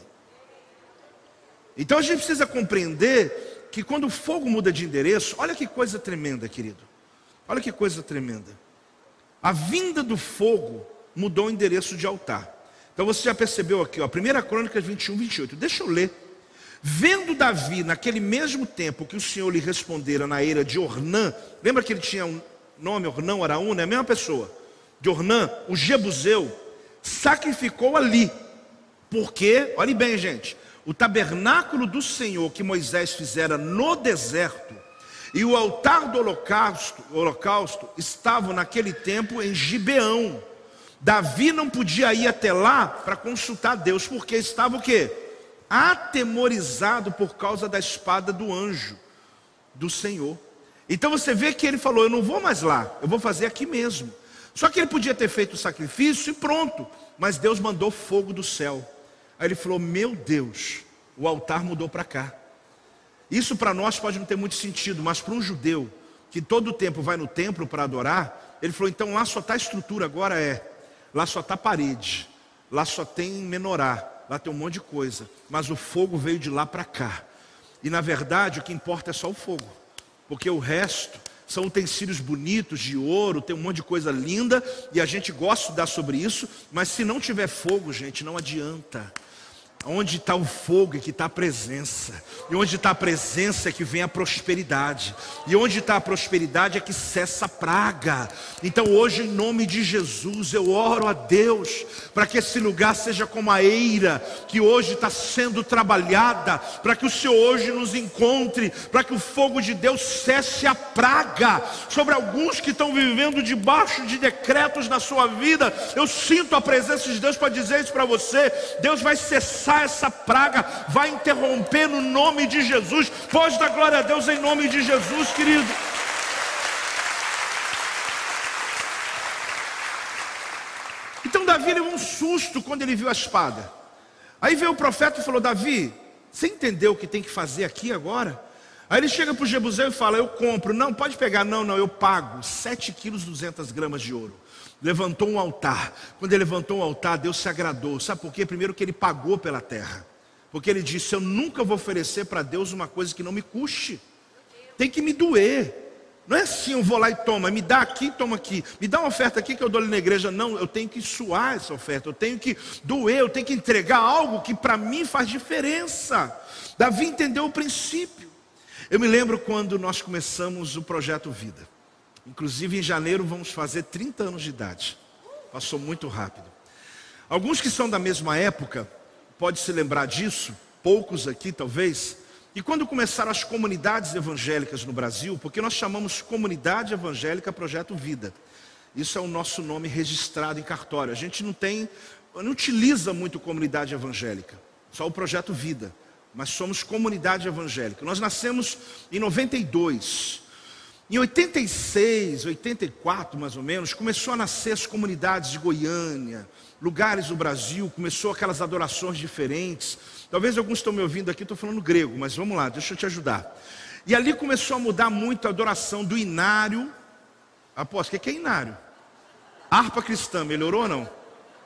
Então a gente precisa compreender que quando o fogo muda de endereço, olha que coisa tremenda, querido. Olha que coisa tremenda. A vinda do fogo mudou o endereço de altar. Então você já percebeu aqui, ó, primeira Crônicas vinte e um, vinte e oito. Deixa eu ler. Vendo Davi, naquele mesmo tempo que o Senhor lhe respondera na eira de Ornã, lembra que ele tinha um nome, Ornã, Araúna, é a mesma pessoa, de Ornã, o Jebuseu, sacrificou ali, porque, olhe bem, gente, o tabernáculo do Senhor que Moisés fizera no deserto e o altar do holocausto, holocausto estavam naquele tempo em Gibeão. Davi não podia ir até lá para consultar Deus, porque estava o quê? Atemorizado por causa da espada do anjo do Senhor. Então você vê que ele falou: eu não vou mais lá, eu vou fazer aqui mesmo. Só que ele podia ter feito o sacrifício e pronto, mas Deus mandou fogo do céu. Aí ele falou: meu Deus, o altar mudou para cá. Isso para nós pode não ter muito sentido, mas para um judeu que todo o tempo vai no templo para adorar, ele falou: então lá só está a estrutura, agora é, lá só está a parede, lá só tem menorá, lá tem um monte de coisa, mas o fogo veio de lá para cá. E na verdade o que importa é só o fogo, porque o resto são utensílios bonitos de ouro, tem um monte de coisa linda, e a gente gosta de estudar sobre isso, mas se não tiver fogo, gente, não adianta. Onde está o fogo é que está a presença. E onde está a presença é que vem a prosperidade. E onde está a prosperidade é que cessa a praga. Então hoje, em nome de Jesus, eu oro a Deus para que esse lugar seja como a eira que hoje está sendo trabalhada, para que o Senhor hoje nos encontre, para que o fogo de Deus cesse a praga sobre alguns que estão vivendo debaixo de decretos na sua vida. Eu sinto a presença de Deus para dizer isso para você. Deus vai cessar essa praga, vai interromper no nome de Jesus. Pode dar glória a Deus em nome de Jesus, querido. Então Davi levou um susto quando ele viu a espada. Aí veio o profeta e falou: Davi, você entendeu o que tem que fazer aqui agora? Aí ele chega para o Jebuseu e fala: eu compro. Não, pode pegar. Não, não, eu pago sete quilos e duzentas gramas de ouro. Levantou um altar. Quando ele levantou um altar, Deus se agradou. Sabe por quê? Primeiro que ele pagou pela terra. Porque ele disse: eu nunca vou oferecer para Deus uma coisa que não me custe. Tem que me doer. Não é assim, eu vou lá e toma, me dá aqui, toma aqui, me dá uma oferta aqui que eu dou ali na igreja. Não, eu tenho que suar essa oferta, eu tenho que doer, eu tenho que entregar algo que para mim faz diferença. Davi entendeu o princípio. Eu me lembro quando nós começamos o Projeto Vida. Inclusive em janeiro vamos fazer trinta anos de idade. Passou muito rápido. Alguns que são da mesma época, pode se lembrar disso, poucos aqui talvez. E quando começaram as comunidades evangélicas no Brasil, porque nós chamamos Comunidade Evangélica Projeto Vida. Isso é o nosso nome registrado em cartório. A gente não tem, não utiliza muito comunidade evangélica, só o Projeto Vida. Mas somos comunidade evangélica. Nós nascemos em noventa e dois. Em oitenta e seis, oitenta e quatro mais ou menos, começou a nascer as comunidades de Goiânia, lugares do Brasil, começou aquelas adorações diferentes. Talvez alguns estão me ouvindo aqui, estou falando grego, mas vamos lá, deixa eu te ajudar. E ali começou a mudar muito a adoração do inário. Apóstolo, o que é inário? Harpa cristã, melhorou ou não?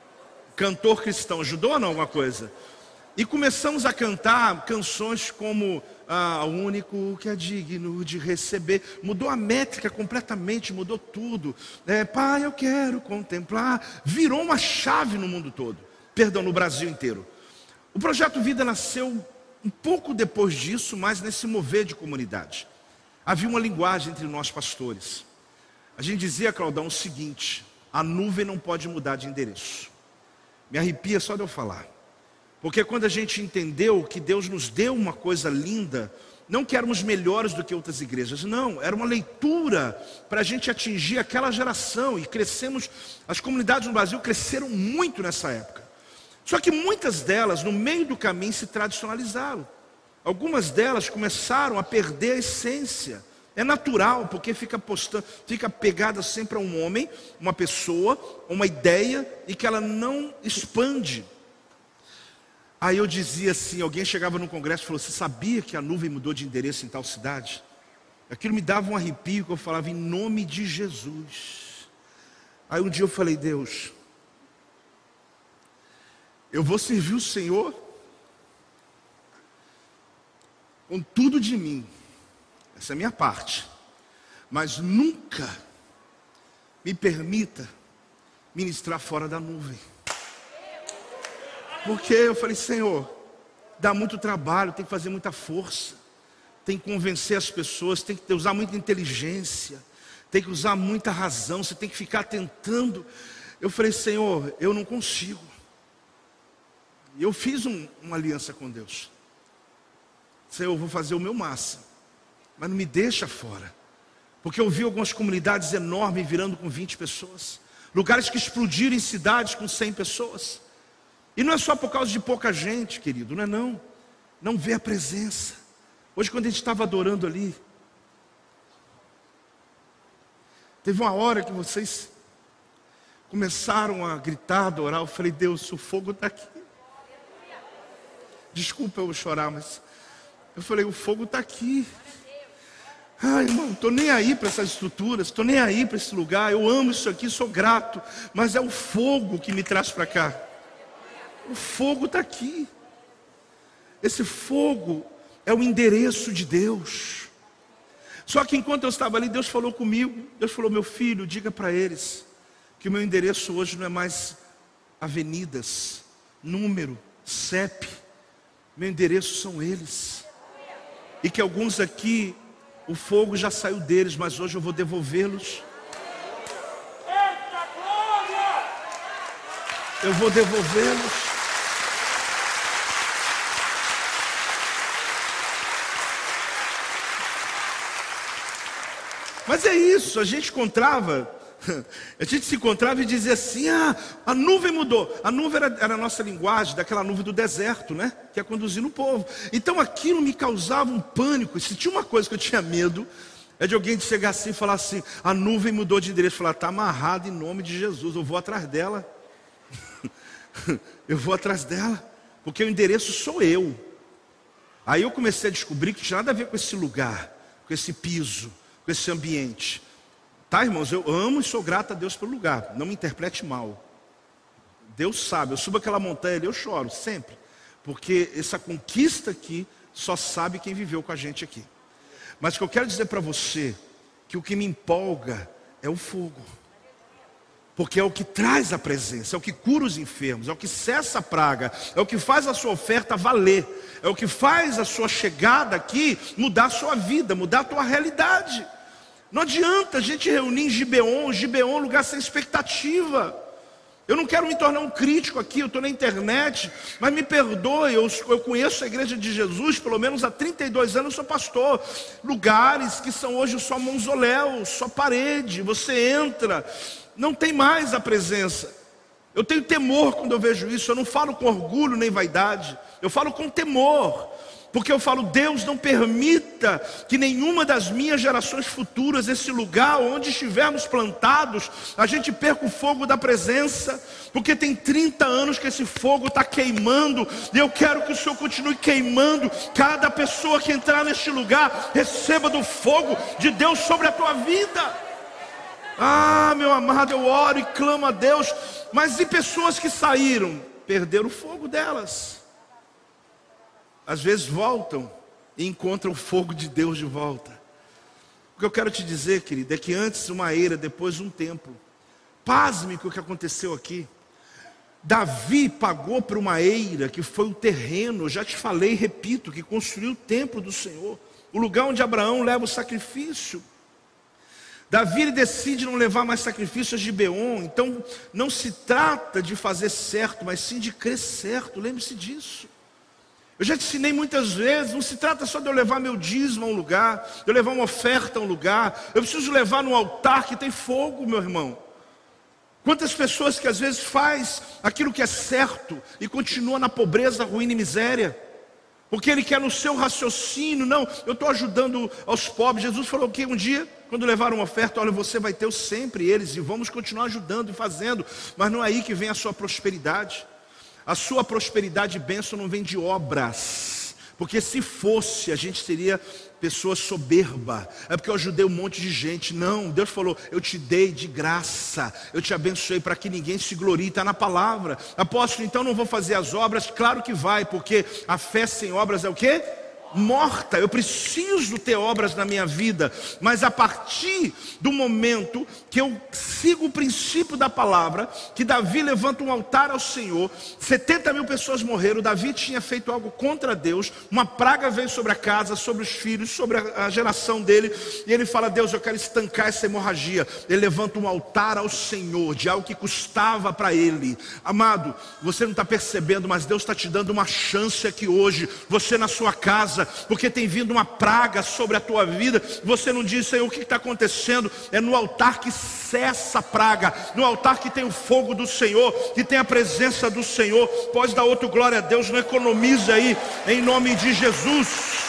Cantor cristão, ajudou ou não alguma coisa? E começamos a cantar canções como ah, o único que é digno de receber. Mudou a métrica completamente, mudou tudo. É, Pai, eu quero contemplar. Virou uma chave no mundo todo. Perdão, no Brasil inteiro. O Projeto Vida nasceu um pouco depois disso, mas nesse mover de comunidade. Havia uma linguagem entre nós pastores. A gente dizia, Claudão, o seguinte: a nuvem não pode mudar de endereço. Me arrepia só de eu falar. Porque quando a gente entendeu que Deus nos deu uma coisa linda, não que éramos melhores do que outras igrejas, não, era uma leitura para a gente atingir aquela geração, e crescemos, as comunidades no Brasil cresceram muito nessa época. Só que muitas delas, no meio do caminho, se tradicionalizaram. Algumas delas começaram a perder a essência. É natural, porque fica postando, fica pegada sempre a um homem, uma pessoa, uma ideia, e que ela não expande. Aí eu dizia assim, alguém chegava no congresso e falou: você sabia que a nuvem mudou de endereço em tal cidade? Aquilo me dava um arrepio, que eu falava em nome de Jesus. Aí um dia eu falei: Deus, eu vou servir o Senhor com tudo de mim, essa é a minha parte, mas nunca me permita ministrar fora da nuvem. Porque eu falei: Senhor, dá muito trabalho, tem que fazer muita força, tem que convencer as pessoas, tem que usar muita inteligência, tem que usar muita razão, você tem que ficar tentando. Eu falei: Senhor, eu não consigo. E eu fiz um, uma aliança com Deus. Senhor, eu vou fazer o meu máximo, mas não me deixa fora. Porque eu vi algumas comunidades enormes virando com vinte pessoas, lugares que explodiram em cidades com cem pessoas. E não é só por causa de pouca gente, querido, não é não. Não vê a presença. Hoje quando a gente estava adorando ali, teve uma hora que vocês começaram a gritar, adorar. Eu falei: Deus, o fogo está aqui. Desculpa eu chorar, mas eu falei: o fogo está aqui. Ai, irmão, não estou nem aí para essas estruturas, estou nem aí para esse lugar. Eu amo isso aqui, sou grato, mas é o fogo que me traz para cá. O fogo está aqui. Esse fogo é o endereço de Deus. Só que enquanto eu estava ali, Deus falou comigo. Deus falou: meu filho, diga para eles que o meu endereço hoje não é mais avenidas, número, C E P. Meu endereço são eles. E que alguns aqui, o fogo já saiu deles, mas hoje eu vou devolvê-los. Eu vou devolvê-los. Mas é isso, a gente encontrava, a gente se encontrava e dizia assim: ah, a nuvem mudou. A nuvem era, era a nossa linguagem, daquela nuvem do deserto, né? Que é conduzir o povo. Então aquilo me causava um pânico. E se tinha uma coisa que eu tinha medo, é de alguém chegar assim e falar assim: a nuvem mudou de endereço. Falar: está amarrado em nome de Jesus, eu vou atrás dela. Eu vou atrás dela, porque o endereço sou eu. Aí eu comecei a descobrir que tinha nada a ver com esse lugar, com esse piso, com esse ambiente. Tá, irmãos, eu amo e sou grato a Deus pelo lugar, não me interprete mal. Deus sabe, eu subo aquela montanha ali, eu choro sempre, porque essa conquista aqui só sabe quem viveu com a gente aqui. Mas o que eu quero dizer para você, que o que me empolga é o fogo. Porque é o que traz a presença, é o que cura os enfermos, é o que cessa a praga, é o que faz a sua oferta valer, é o que faz a sua chegada aqui mudar a sua vida, mudar a tua realidade. Não adianta a gente reunir em Gibeon, Gibeon é um lugar sem expectativa. Eu não quero me tornar um crítico aqui, eu estou na internet, mas me perdoe, eu, eu conheço a igreja de Jesus, pelo menos há trinta e dois anos eu sou pastor. Lugares que são hoje só mausoléu, só parede, você entra, não tem mais a presença. Eu tenho temor quando eu vejo isso, eu não falo com orgulho nem vaidade, eu falo com temor. Porque eu falo, Deus, não permita que nenhuma das minhas gerações futuras, esse lugar onde estivermos plantados, a gente perca o fogo da presença. Porque tem trinta anos que esse fogo está queimando, e eu quero que o Senhor continue queimando. Cada pessoa que entrar neste lugar, receba do fogo de Deus sobre a tua vida. Ah, meu amado, eu oro e clamo a Deus. Mas e pessoas que saíram? Perderam o fogo delas. Às vezes voltam e encontram o fogo de Deus de volta. O que eu quero te dizer, querido, é que antes uma eira, depois um templo. Pasme com o que aconteceu aqui. Davi pagou por uma eira, que foi o terreno, eu já te falei e repito, que construiu o templo do Senhor. O lugar onde Abraão leva o sacrifício. Davi ele decide não levar mais sacrifício a Gibeon. Então não se trata de fazer certo, mas sim de crer certo, lembre-se disso. Eu já te ensinei muitas vezes, não se trata só de eu levar meu dízimo a um lugar, de eu levar uma oferta a um lugar. Eu preciso levar num altar que tem fogo, meu irmão. Quantas pessoas que às vezes faz aquilo que é certo e continua na pobreza, ruína e miséria. Porque ele quer no seu raciocínio, não, eu estou ajudando aos pobres. Jesus falou que um dia, quando levaram uma oferta, olha, você vai ter sempre eles e vamos continuar ajudando e fazendo. Mas não é aí que vem a sua prosperidade. A sua prosperidade e bênção não vem de obras, porque se fosse, a gente seria pessoa soberba. É porque eu ajudei um monte de gente. Não, Deus falou, eu te dei de graça, eu te abençoei para que ninguém se glorie, está na palavra. Apóstolo, então não vou fazer as obras? Claro que vai, porque a fé sem obras é o quê? Morta. Eu preciso ter obras na minha vida, mas a partir do momento que eu sigo o princípio da palavra, que Davi levanta um altar ao Senhor, setenta mil pessoas morreram. Davi tinha feito algo contra Deus, uma praga veio sobre a casa, sobre os filhos, sobre a, a geração dele, e ele fala, Deus, eu quero estancar essa hemorragia. Ele levanta um altar ao Senhor, de algo que custava para ele. Amado, você não está percebendo, mas Deus está te dando uma chance aqui hoje, você na sua casa, porque tem vindo uma praga sobre a tua vida. Você não diz, Senhor, o que está acontecendo? É no altar que cessa a praga, no altar que tem o fogo do Senhor, que tem a presença do Senhor. Pode dar outro glória a Deus, não economiza aí, em nome de Jesus.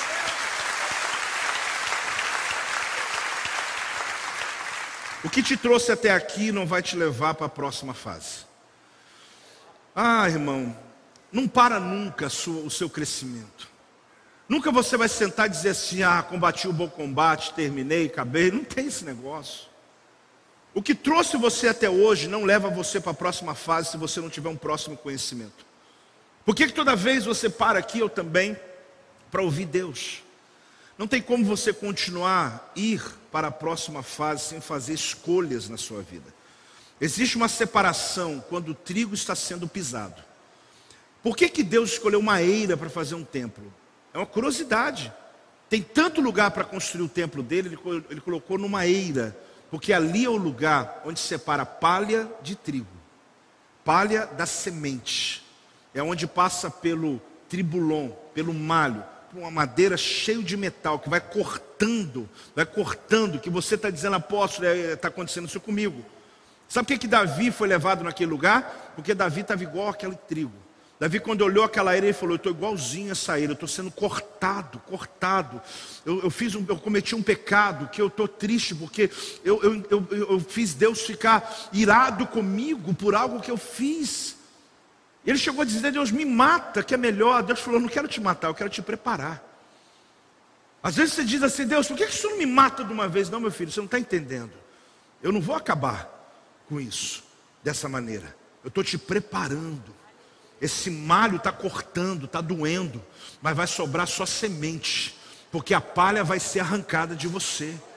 O que te trouxe até aqui não vai te levar para a próxima fase. Ah, irmão, não para nunca o seu crescimento. Nunca você vai sentar e dizer assim, ah, combati o bom combate, terminei, acabei. Não tem esse negócio. O que trouxe você até hoje não leva você para a próxima fase se você não tiver um próximo conhecimento. Por que que toda vez você para aqui, eu também, para ouvir Deus? Não tem como você continuar a ir para a próxima fase sem fazer escolhas na sua vida. Existe uma separação quando o trigo está sendo pisado. Por que que Deus escolheu uma eira para fazer um templo? É uma curiosidade. Tem tanto lugar para construir o templo dele, ele, ele colocou numa eira, porque ali é o lugar onde separa palha de trigo, palha da semente. É onde passa pelo tribulon, pelo malho, por uma madeira cheia de metal, que vai cortando, vai cortando, que você está dizendo, apóstolo, está acontecendo isso comigo. Sabe por que que Davi foi levado naquele lugar? Porque Davi estava igual aquele trigo. Davi, quando olhou aquela eira, ele falou, eu estou igualzinho a essa eira, eu estou sendo cortado, cortado. Eu, eu, fiz um, eu cometi um pecado, que eu estou triste, porque eu, eu, eu, eu fiz Deus ficar irado comigo por algo que eu fiz. E ele chegou a dizer, Deus, me mata, que é melhor. Deus falou, não quero te matar, eu quero te preparar. Às vezes você diz assim, Deus, por que isso não me mata de uma vez? Não, meu filho, você não está entendendo. Eu não vou acabar com isso, dessa maneira. Eu estou te preparando. Esse malho está cortando, está doendo, mas vai sobrar só semente, porque a palha vai ser arrancada de você.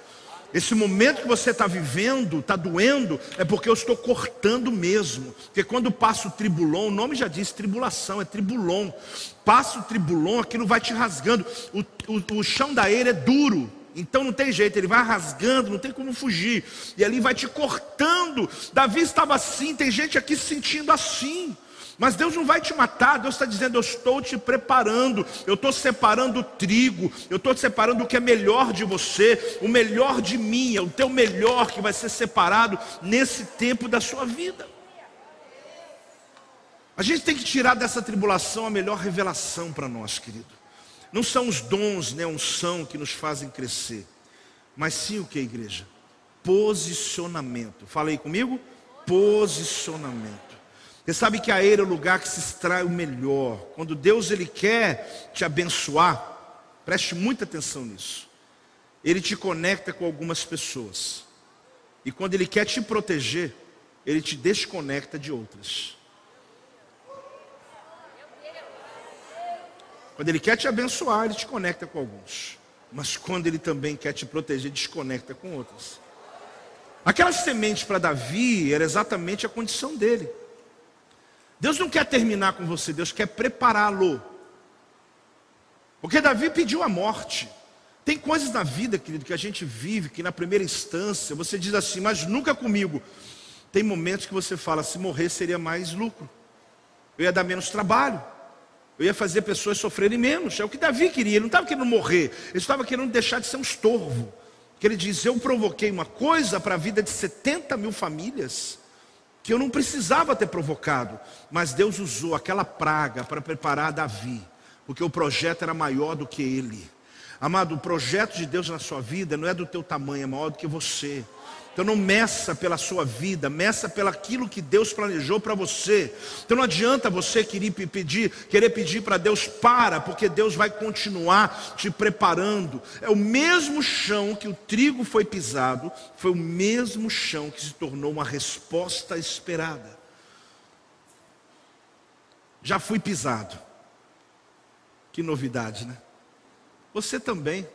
Esse momento que você está vivendo, está doendo, é porque eu estou cortando mesmo. Porque quando passa o tribulon, o nome já diz tribulação, é tribulon. Passa o tribulon, aquilo vai te rasgando. O, o, o chão da eira é duro, então não tem jeito, ele vai rasgando, não tem como fugir. E ali vai te cortando. Davi estava assim, tem gente aqui se sentindo assim. Mas Deus não vai te matar, Deus está dizendo, eu estou te preparando, eu estou separando o trigo, eu estou separando o que é melhor de você, o melhor de mim, é o teu melhor que vai ser separado nesse tempo da sua vida. A gente tem que tirar dessa tribulação a melhor revelação para nós, querido. Não são os dons, né, a unção que nos fazem crescer, mas sim o que, igreja? Posicionamento. Fala aí comigo, posicionamento. Você sabe que a eira é o lugar que se extrai o melhor. Quando Deus ele quer te abençoar, preste muita atenção nisso. Ele te conecta com algumas pessoas. E quando ele quer te proteger, ele te desconecta de outras. Quando ele quer te abençoar, ele te conecta com alguns. Mas quando ele também quer te proteger, desconecta com outras. Aquela semente para Davi era exatamente a condição dele. Deus não quer terminar com você, Deus quer prepará-lo. Porque Davi pediu a morte. Tem coisas na vida, querido, que a gente vive, que na primeira instância você diz assim, mas nunca comigo. Tem momentos que você fala, se morrer seria mais lucro. Eu ia dar menos trabalho. Eu ia fazer pessoas sofrerem menos. É o que Davi queria, ele não estava querendo morrer. Ele estava querendo deixar de ser um estorvo. Porque ele diz, eu provoquei uma coisa para a vida de setenta mil famílias, que eu não precisava ter provocado, mas Deus usou aquela praga para preparar Davi, porque o projeto era maior do que ele. Amado, o projeto de Deus na sua vida não é do teu tamanho, é maior do que você. Então não meça pela sua vida, meça pelo aquilo que Deus planejou para você. Então não adianta você querer pedir, querer pedir para Deus, para, porque Deus vai continuar te preparando. É o mesmo chão que o trigo foi pisado, foi o mesmo chão que se tornou uma resposta esperada. Já fui pisado. Que novidade, né? Você também.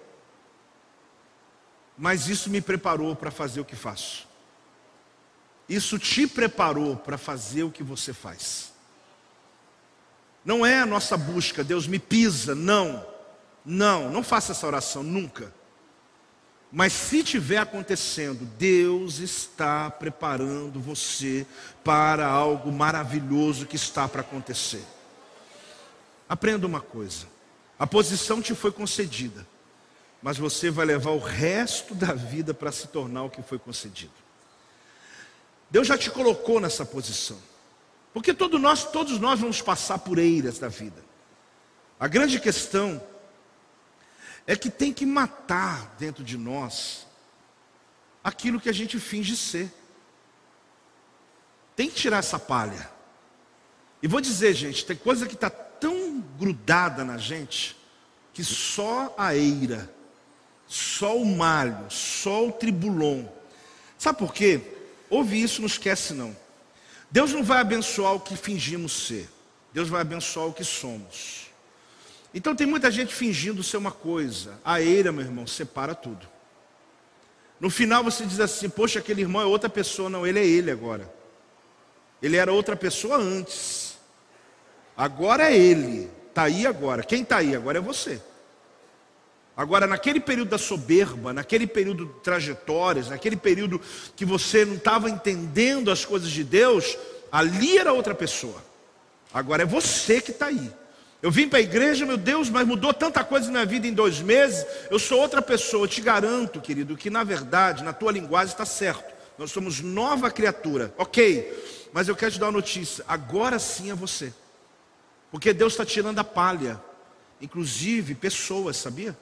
Mas isso me preparou para fazer o que faço. Isso te preparou para fazer o que você faz. Não é a nossa busca, Deus me pisa, não. Não, não faça essa oração, nunca. Mas se tiver acontecendo, Deus está preparando você para algo maravilhoso que está para acontecer. Aprenda uma coisa, a posição te foi concedida, mas você vai levar o resto da vida para se tornar o que foi concedido. Deus já te colocou nessa posição. Porque todos nós, todos nós vamos passar por eiras da vida. A grande questão é que tem que matar dentro de nós aquilo que a gente finge ser. Tem que tirar essa palha. E vou dizer, gente, tem coisa que está tão grudada na gente que só a eira, só o malho, só o tribulon. Sabe por quê? Ouve isso, não esquece não. Deus não vai abençoar o que fingimos ser. Deus vai abençoar o que somos. Então tem muita gente fingindo ser uma coisa. A eira, meu irmão, separa tudo. No final você diz assim, poxa, aquele irmão é outra pessoa. Não, ele é ele agora. Ele era outra pessoa antes. Agora é ele. Está aí agora. Quem está aí agora é você. Agora, naquele período da soberba, naquele período de trajetórias, naquele período que você não estava entendendo as coisas de Deus, ali era outra pessoa. Agora é você que está aí. Eu vim para a igreja, meu Deus, mas mudou tanta coisa na minha vida em dois meses. Eu sou outra pessoa. Eu te garanto, querido, que na verdade, na tua linguagem está certo. Nós somos nova criatura. Ok, mas eu quero te dar uma notícia. Agora sim é você. Porque Deus está tirando a palha. Inclusive pessoas, sabia?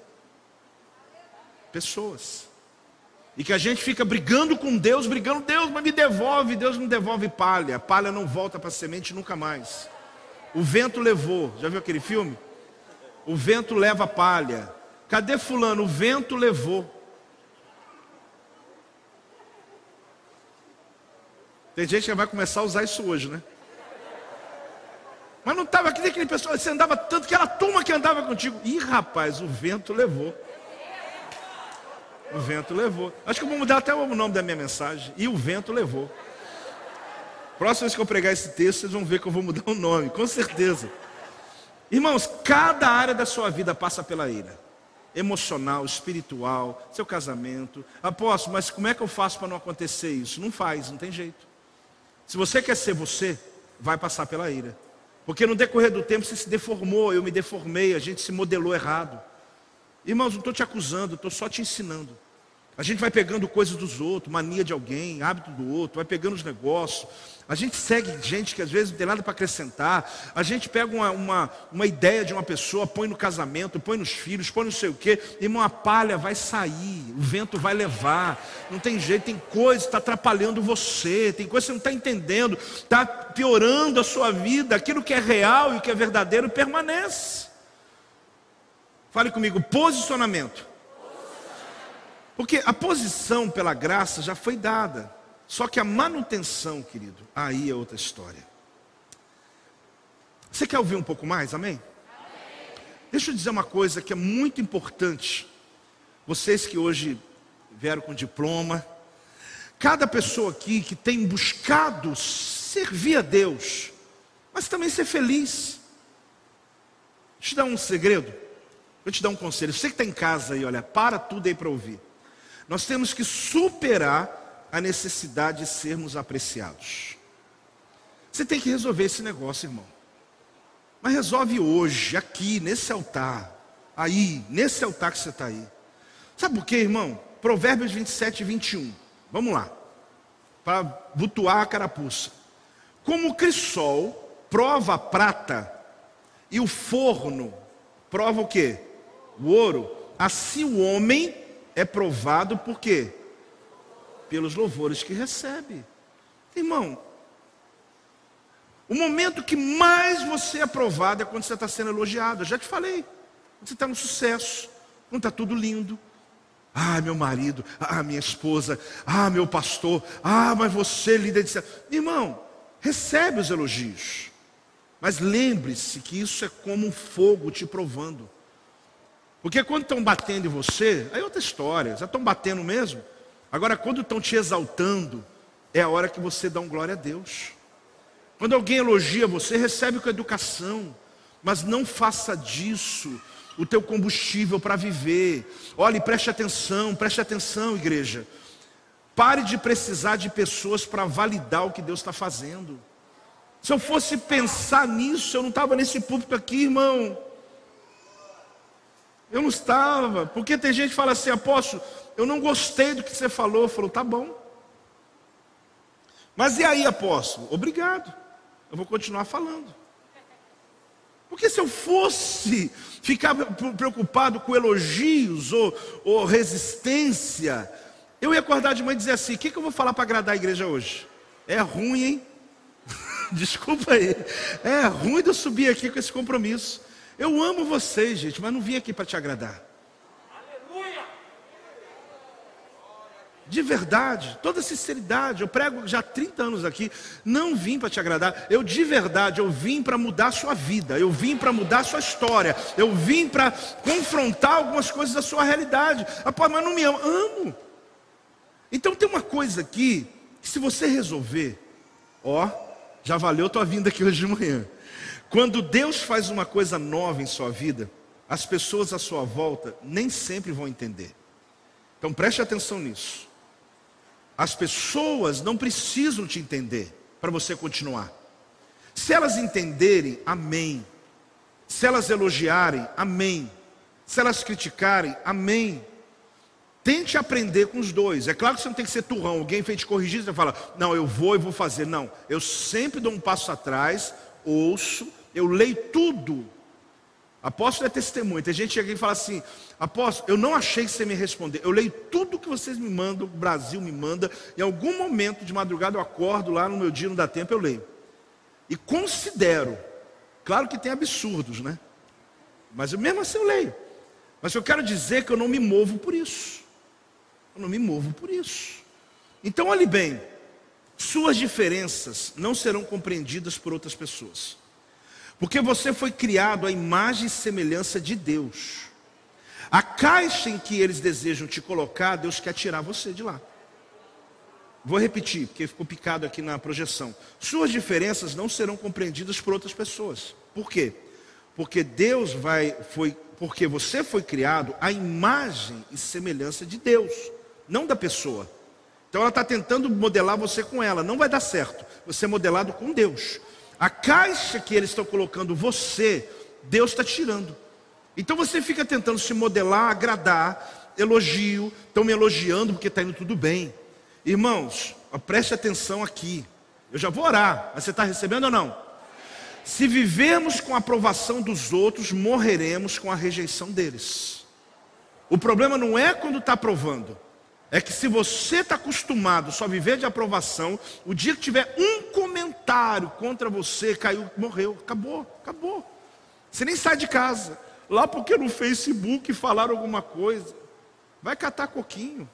Pessoas. E que a gente fica brigando com Deus, brigando, Deus, mas me devolve. Deus não devolve palha. A palha não volta para a semente nunca mais. O vento levou. Já viu aquele filme? O vento leva a palha. Cadê fulano? O vento levou. Tem gente que vai começar a usar isso hoje, né? Mas não estava aqui aquele pessoal, você andava tanto que era a turma que andava contigo. Ih, rapaz, o vento levou. O vento levou. Acho que eu vou mudar até o nome da minha mensagem. E o vento levou. Próxima vez que eu pregar esse texto, vocês vão ver que eu vou mudar o nome, com certeza. Irmãos, cada área da sua vida passa pela ira. Emocional, espiritual, seu casamento. Apóstolo, mas como é que eu faço para não acontecer isso? Não faz, não tem jeito. Se você quer ser você, vai passar pela ira. Porque no decorrer do tempo você se deformou, eu me deformei, a gente se modelou errado. Irmãos, não estou te acusando, estou só te ensinando. A gente vai pegando coisas dos outros, mania de alguém, hábito do outro, vai pegando os negócios. A gente segue gente que às vezes não tem nada para acrescentar. A gente pega uma, uma, uma ideia de uma pessoa, põe no casamento, põe nos filhos, põe não sei o quê. Irmão, a palha vai sair, o vento vai levar. Não tem jeito, tem coisa que está atrapalhando você, tem coisa que você não está entendendo, está piorando a sua vida. Aquilo que é real e o que é verdadeiro permanece. Fale comigo, posicionamento. Porque a posição pela graça já foi dada. Só que a manutenção, querido, aí é outra história. Você quer ouvir um pouco mais? Amém? Amém. Deixa eu dizer uma coisa que é muito importante. Vocês que hoje vieram com diploma. Cada pessoa aqui que tem buscado servir a Deus, mas também ser feliz. Deixa eu te dar um segredo. Vou te dar um conselho. Você que está em casa aí, olha, para tudo aí para ouvir. Nós temos que superar a necessidade de sermos apreciados. Você tem que resolver esse negócio, irmão. Mas resolve hoje, aqui, nesse altar. Aí, nesse altar que você está aí. Sabe por quê, irmão? Provérbios vinte e sete e vinte e um. Vamos lá. Para butuar a carapuça. Como o crisol prova a prata e o forno prova o quê? O ouro. Assim o homem é provado por quê? Pelos louvores que recebe. Irmão, o momento que mais você é provado é quando você está sendo elogiado. Eu já te falei. Quando você está no sucesso, quando está tudo lindo. Ah, meu marido, ah, minha esposa, ah, meu pastor, ah, mas você, líder de... Irmão, recebe os elogios. Mas lembre-se que isso é como um fogo te provando. Porque quando estão batendo em você, aí é outra história, já estão batendo mesmo. Agora quando estão te exaltando, é a hora que você dá um glória a Deus. Quando alguém elogia você, recebe com educação. Mas não faça disso o teu combustível para viver. Olhe, preste atenção, preste atenção, igreja. Pare de precisar de pessoas para validar o que Deus está fazendo. Se eu fosse pensar nisso, eu não estava nesse púlpito aqui, irmão. Eu não estava, porque tem gente que fala assim, apóstolo, eu não gostei do que você falou. Eu falo, tá bom. Mas e aí, apóstolo? Obrigado, eu vou continuar falando. Porque se eu fosse ficar preocupado com elogios ou, ou resistência, eu ia acordar de manhã e dizer assim, o que, que eu vou falar para agradar a igreja hoje? É ruim, hein? Desculpa aí, é ruim de eu subir aqui com esse compromisso. Eu amo vocês, gente, mas não vim aqui para te agradar. Aleluia! De verdade, toda sinceridade, eu prego já há trinta anos aqui, não vim para te agradar. Eu de verdade, eu vim para mudar a sua vida, eu vim para mudar a sua história, eu vim para confrontar algumas coisas da sua realidade. Ah, pô, mas não me ama. Amo. Então tem uma coisa aqui, que se você resolver, ó, já valeu a tua vinda aqui hoje de manhã. Quando Deus faz uma coisa nova em sua vida, as pessoas à sua volta nem sempre vão entender. Então preste atenção nisso. As pessoas não precisam te entender para você continuar. Se elas entenderem, amém. Se elas elogiarem, amém. Se elas criticarem, amém. Tente aprender com os dois. É claro que você não tem que ser turrão. Alguém fez te corrigir, você fala, não, eu vou e vou fazer. Não, eu sempre dou um passo atrás, ouço, eu leio tudo. Apóstolo é testemunho. Tem gente que chega aqui e fala assim, apóstolo, eu não achei que você me responder. Eu leio tudo que vocês me mandam, o Brasil me manda. Em algum momento de madrugada eu acordo lá no meu dia, não dá tempo, eu leio. E considero. Claro que tem absurdos, né? Mas eu, mesmo assim eu leio. Mas eu quero dizer que eu não me movo por isso. Eu não me movo por isso. Então olhe bem, suas diferenças não serão compreendidas por outras pessoas. Porque você foi criado à imagem e semelhança de Deus. A caixa em que eles desejam te colocar, Deus quer tirar você de lá. Vou repetir, porque ficou picado aqui na projeção. Suas diferenças não serão compreendidas por outras pessoas. Por quê? Porque Deus vai, foi, porque você foi criado à imagem e semelhança de Deus, não da pessoa. Então ela está tentando modelar você com ela, não vai dar certo. Você é modelado com Deus. A caixa que eles estão colocando você, Deus está tirando. Então você fica tentando se modelar, agradar, elogio, estão me elogiando porque está indo tudo bem. Irmãos, preste atenção aqui. Eu já vou orar, mas você está recebendo ou não? Se vivermos com a aprovação dos outros, morreremos com a rejeição deles. O problema não é quando está aprovando. É que se você está acostumado só a viver de aprovação, o dia que tiver um comentário contra você, caiu, morreu, acabou, acabou. Você nem sai de casa. Lá porque no Facebook falaram alguma coisa. Vai catar coquinho.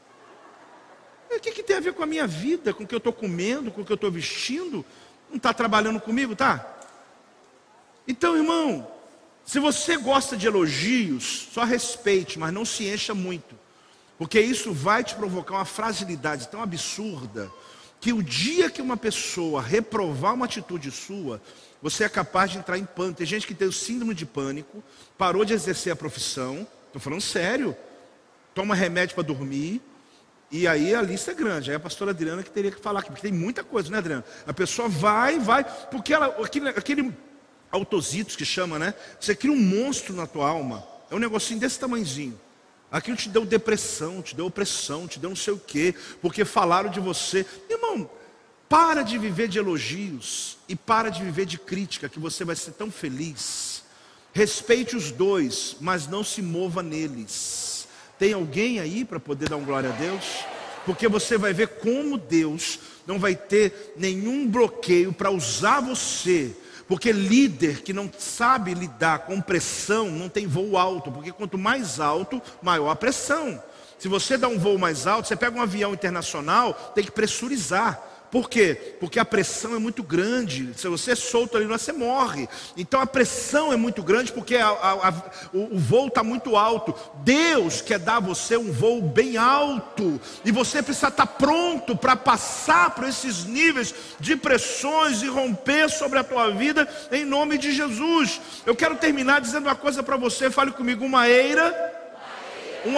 O que, que tem a ver com a minha vida, com o que eu estou comendo, com o que eu estou vestindo? Não está trabalhando comigo, tá? Então, irmão, se você gosta de elogios, só respeite, mas não se encha muito. Porque isso vai te provocar uma fragilidade tão absurda, que o dia que uma pessoa reprovar uma atitude sua, você é capaz de entrar em pânico. Tem gente que tem o síndrome de pânico, parou de exercer a profissão, estou falando sério, toma remédio para dormir, e aí a lista é grande. Aí a pastora Adriana que teria que falar aqui, porque tem muita coisa, né, Adriana? A pessoa vai, vai, porque ela, aquele, aquele autozitos que chama, né? Você cria um monstro na tua alma, é um negocinho desse tamanhozinho. Aquilo te deu depressão, te deu opressão, te deu não sei o quê, porque falaram de você. Irmão, para de viver de elogios e para de viver de crítica, que você vai ser tão feliz. Respeite os dois, mas não se mova neles. Tem alguém aí para poder dar um glória a Deus? Porque você vai ver como Deus não vai ter nenhum bloqueio para usar você. Porque líder que não sabe lidar com pressão não tem voo alto. Porque quanto mais alto, maior a pressão. Se você dá um voo mais alto, você pega um avião internacional, tem que pressurizar. Por quê? Porque a pressão é muito grande. Se você é solto ali, você morre. Então a pressão é muito grande porque a, a, a, o, o voo está muito alto. Deus quer dar a você um voo bem alto. E você precisa estar pronto para passar por esses níveis de pressões e romper sobre a tua vida em nome de Jesus. Eu quero terminar dizendo uma coisa para você. Fale comigo, uma eira, um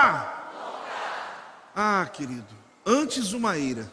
altar. Ah, querido, antes uma eira.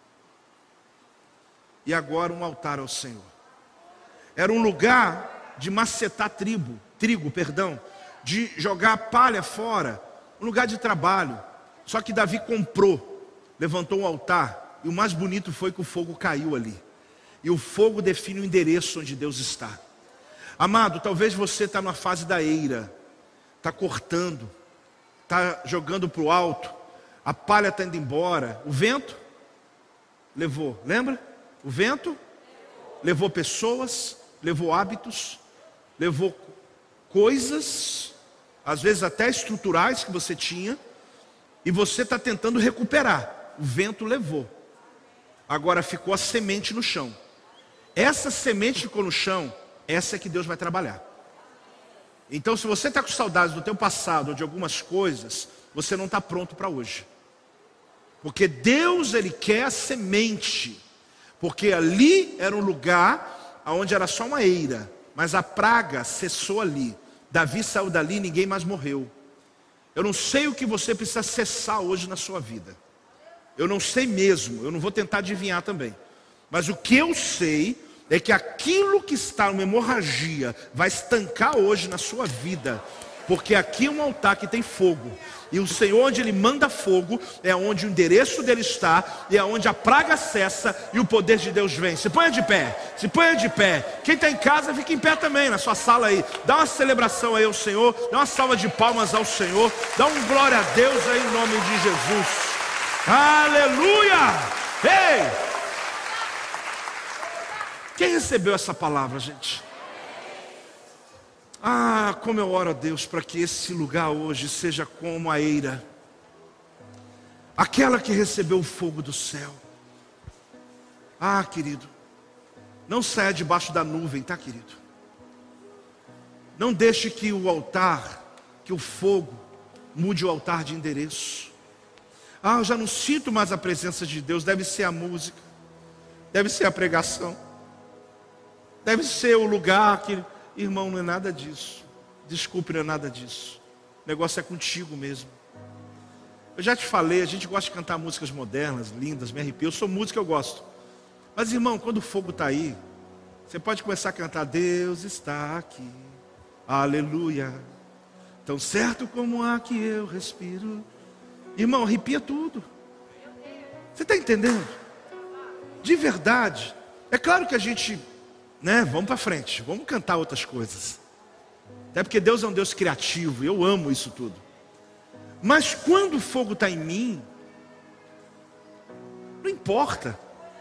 E agora um altar ao Senhor. Era um lugar de macetar trigo, trigo, perdão, de jogar palha fora, um lugar de trabalho. Só que Davi comprou, levantou um altar, e o mais bonito foi que o fogo caiu ali. E o fogo define o endereço onde Deus está. Amado, talvez você está na fase da eira, está cortando, está jogando para o alto, a palha está indo embora, o vento levou, lembra? O vento levou pessoas, levou hábitos, levou coisas, às vezes até estruturais que você tinha, e você está tentando recuperar. O vento levou. Agora ficou a semente no chão. Essa semente ficou no chão, essa é que Deus vai trabalhar. Então, se você está com saudades do teu passado ou de algumas coisas, você não está pronto para hoje. Porque Deus, Ele quer a semente. Porque ali era um lugar onde era só uma eira, mas a praga cessou ali. Davi saiu dali e ninguém mais morreu. Eu não sei o que você precisa cessar hoje na sua vida. Eu não sei mesmo, eu não vou tentar adivinhar também. Mas o que eu sei é que aquilo que está numa hemorragia vai estancar hoje na sua vida. Porque aqui é um altar que tem fogo. E o Senhor, onde Ele manda fogo, é onde o endereço dele está, e é onde a praga cessa e o poder de Deus vem. Se ponha de pé, se ponha de pé. Quem está em casa, fica em pé também, na sua sala aí. Dá uma celebração aí ao Senhor, dá uma salva de palmas ao Senhor, dá um glória a Deus aí em nome de Jesus. Aleluia! Ei! Quem recebeu essa palavra, gente? Ah, como eu oro a Deus para que esse lugar hoje seja como a eira, aquela que recebeu o fogo do céu. Ah, querido, não saia debaixo da nuvem, tá, querido? Não deixe que o altar que o fogo mude o altar de endereço. Ah, eu já não sinto mais a presença de Deus. Deve ser a música, deve ser a pregação, deve ser o lugar que... Irmão, não é nada disso. Desculpe, não é nada disso. O negócio é contigo mesmo. Eu já te falei, a gente gosta de cantar músicas modernas, lindas, me arrepio. Eu sou músico, eu gosto. Mas, irmão, quando o fogo está aí, você pode começar a cantar: Deus está aqui, aleluia, tão certo como ar que eu respiro. Irmão, arrepia tudo. Você está entendendo? De verdade. É claro que a gente, né, vamos para frente, vamos cantar outras coisas. Até porque Deus é um Deus criativo, eu amo isso tudo. Mas quando o fogo está em mim, não importa.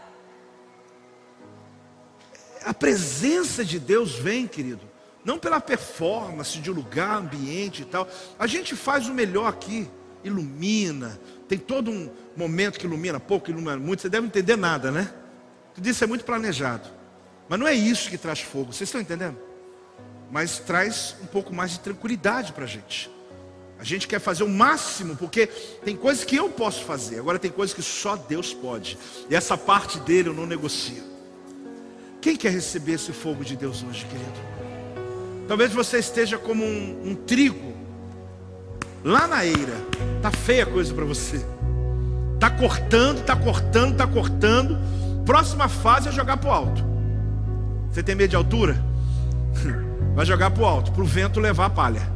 A presença de Deus vem, querido, não pela performance de lugar, ambiente e tal. A gente faz o melhor aqui, ilumina, tem todo um momento que ilumina pouco, ilumina muito. Você deve entender nada, né? Tudo isso é muito planejado. Mas não é isso que traz fogo, vocês estão entendendo? Mas traz um pouco mais de tranquilidade para a gente. A gente quer fazer o máximo, porque tem coisas que eu posso fazer, agora tem coisas que só Deus pode. E essa parte dele eu não negocio. Quem quer receber esse fogo de Deus hoje, querido? Talvez você esteja como um, um trigo lá na eira. Tá feia a coisa para você. Tá cortando, tá cortando, tá cortando. Próxima fase é jogar pro alto. Você tem medo de altura? Vai jogar pro alto, pro vento levar a palha.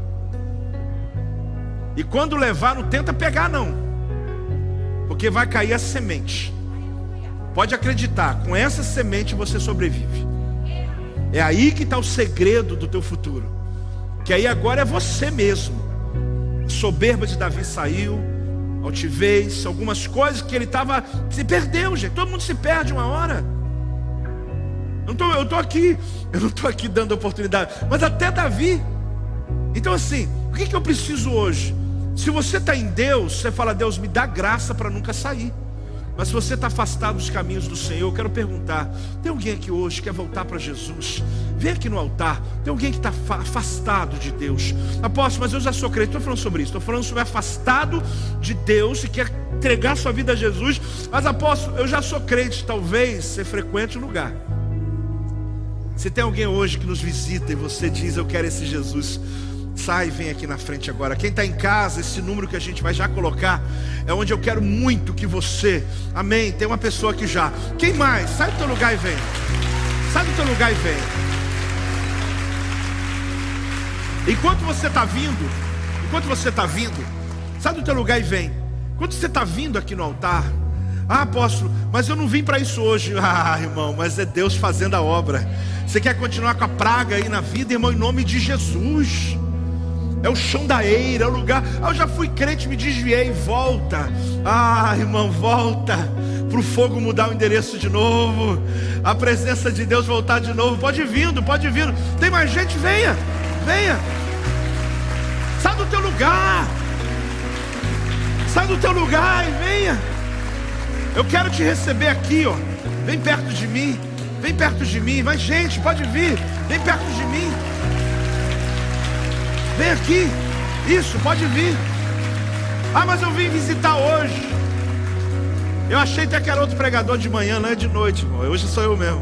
E quando levar, não tenta pegar não, porque vai cair a semente. Pode acreditar, com essa semente você sobrevive. É aí que está o segredo do teu futuro. Que aí agora é você mesmo. A soberba de Davi saiu, altivez, algumas coisas que ele estava... Se perdeu, gente, todo mundo se perde uma hora. Eu tô, eu tô aqui, eu não estou aqui dando oportunidade, mas até Davi. Então assim, o que, que eu preciso hoje? Se você está em Deus, você fala: Deus, me dá graça para nunca sair. Mas se você está afastado dos caminhos do Senhor, eu quero perguntar: tem alguém aqui hoje que quer voltar para Jesus? Vem aqui no altar. Tem alguém que está afastado de Deus? Apóstolo, mas eu já sou crente. Estou falando sobre isso, estou falando sobre afastado de Deus e quer entregar sua vida a Jesus. Mas apóstolo, eu já sou crente. Talvez você frequente o lugar. Se tem alguém hoje que nos visita e você diz: eu quero esse Jesus, sai, vem aqui na frente agora. Quem está em casa, esse número que a gente vai já colocar é onde eu quero muito que você, amém, tem uma pessoa aqui já. Quem mais? Sai do teu lugar e vem. Sai do teu lugar e vem. Enquanto você está vindo, enquanto você está vindo, sai do teu lugar e vem. Enquanto você está vindo aqui no altar: ah, apóstolo, mas eu não vim para isso hoje. Ah, irmão, mas é Deus fazendo a obra. Você quer continuar com a praga aí na vida, irmão, em nome de Jesus. É o chão da eira, é o lugar. Ah, eu já fui crente, me desviei, volta. Ah, irmão, volta para o fogo mudar o endereço de novo, a presença de Deus voltar de novo. Pode ir vindo, pode ir vindo. Tem mais gente? Venha, venha. Sai do teu lugar. Sai do teu lugar e venha. Eu quero te receber aqui, ó. Vem perto de mim, vem perto de mim. Mas gente, pode vir, vem perto de mim. Vem aqui, isso, pode vir. Ah, mas eu vim visitar hoje. Eu achei até que era outro pregador de manhã, não é de noite, irmão. Hoje sou eu mesmo.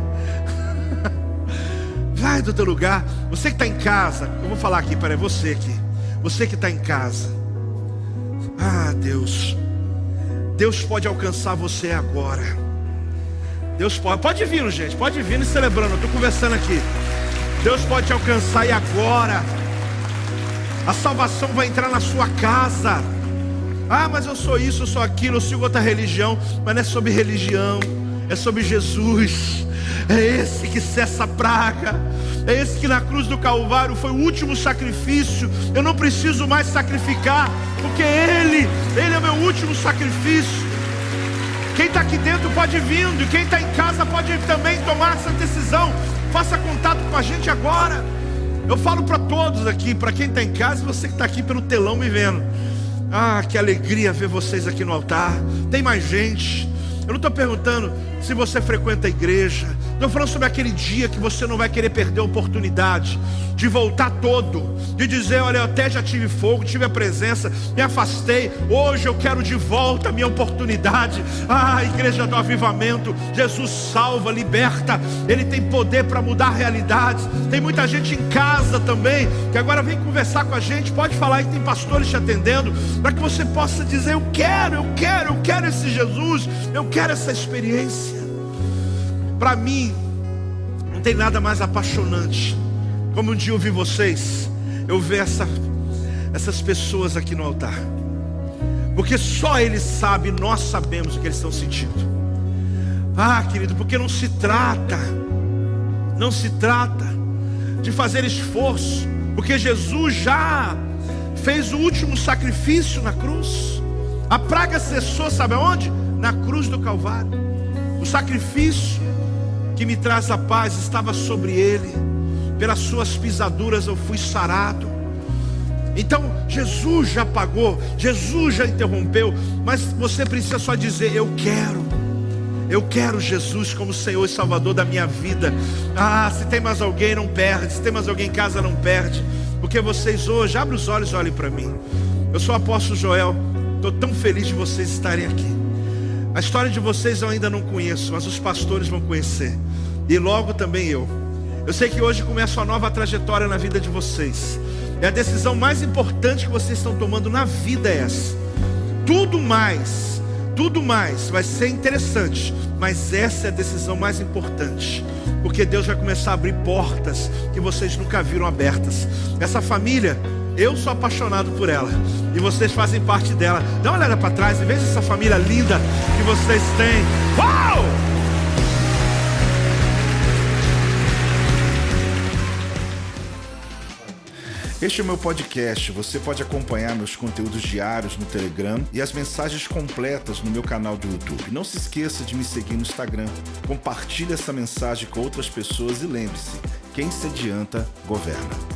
Vai do teu lugar. Você que está em casa, eu vou falar aqui, peraí, você aqui. Você que está em casa. Ah, Deus. Deus pode alcançar você agora. Deus pode, pode vir, gente, pode vir e celebrando. Eu estou conversando aqui. Deus pode te alcançar e agora. A salvação vai entrar na sua casa. Ah, mas eu sou isso, eu sou aquilo, eu sigo outra religião. Mas não é sobre religião, é sobre Jesus. É esse que cessa a praga. É esse que na cruz do Calvário foi o último sacrifício. Eu não preciso mais sacrificar, porque Ele, Ele é o meu último sacrifício. Quem está aqui dentro pode ir vindo, e quem está em casa pode também tomar essa decisão. Faça contato com a gente agora. Eu falo para todos aqui, para quem está em casa e você que está aqui pelo telão me vendo. Ah, que alegria ver vocês aqui no altar. Tem mais gente. Eu não estou perguntando se você frequenta a igreja, Estou falando sobre aquele dia que você não vai querer perder a oportunidade de voltar todo, de dizer, olha, eu até já tive fogo, tive a presença, me afastei, hoje eu quero de volta a minha oportunidade. Ah, igreja do avivamento, Jesus salva, liberta, Ele tem poder para mudar realidades. Tem muita gente em casa também, que agora vem conversar com a gente, pode falar que tem pastores te atendendo, para que você possa dizer, eu quero, eu quero, eu quero esse Jesus, eu quero essa experiência. Para mim, não tem nada mais apaixonante, como um dia eu vi vocês, eu ver essa, essas pessoas aqui no altar, porque só Ele sabe, nós sabemos o que eles estão sentindo. Ah, querido, porque não se trata, não se trata de fazer esforço, porque Jesus já fez o último sacrifício na cruz. A praga cessou, sabe aonde? Na cruz do Calvário. O sacrifício que me traz a paz estava sobre Ele. Pelas suas pisaduras eu fui sarado. Então Jesus já pagou, Jesus já interrompeu, mas você precisa só dizer, eu quero. Eu quero Jesus como Senhor e Salvador da minha vida. Ah, se tem mais alguém, não perde. Se tem mais alguém em casa, não perde. Porque vocês hoje, abre os olhos e olhem para mim. Eu sou o apóstolo Joel. Estou tão feliz de vocês estarem aqui. A história de vocês eu ainda não conheço, mas os pastores vão conhecer. E logo também eu. Eu sei que hoje começa uma nova trajetória na vida de vocês. É a decisão mais importante que vocês estão tomando na vida é essa. Tudo mais, tudo mais vai ser interessante, mas essa é a decisão mais importante. Porque Deus vai começar a abrir portas que vocês nunca viram abertas. Essa família, eu sou apaixonado por ela, e vocês fazem parte dela. Dá uma olhada para trás e veja essa família linda que vocês têm. Uau! Este é o meu podcast. Você pode acompanhar meus conteúdos diários no Telegram e as mensagens completas no meu canal do YouTube. Não se esqueça de me seguir no Instagram. Compartilhe essa mensagem com outras pessoas e lembre-se, quem se adianta, governa.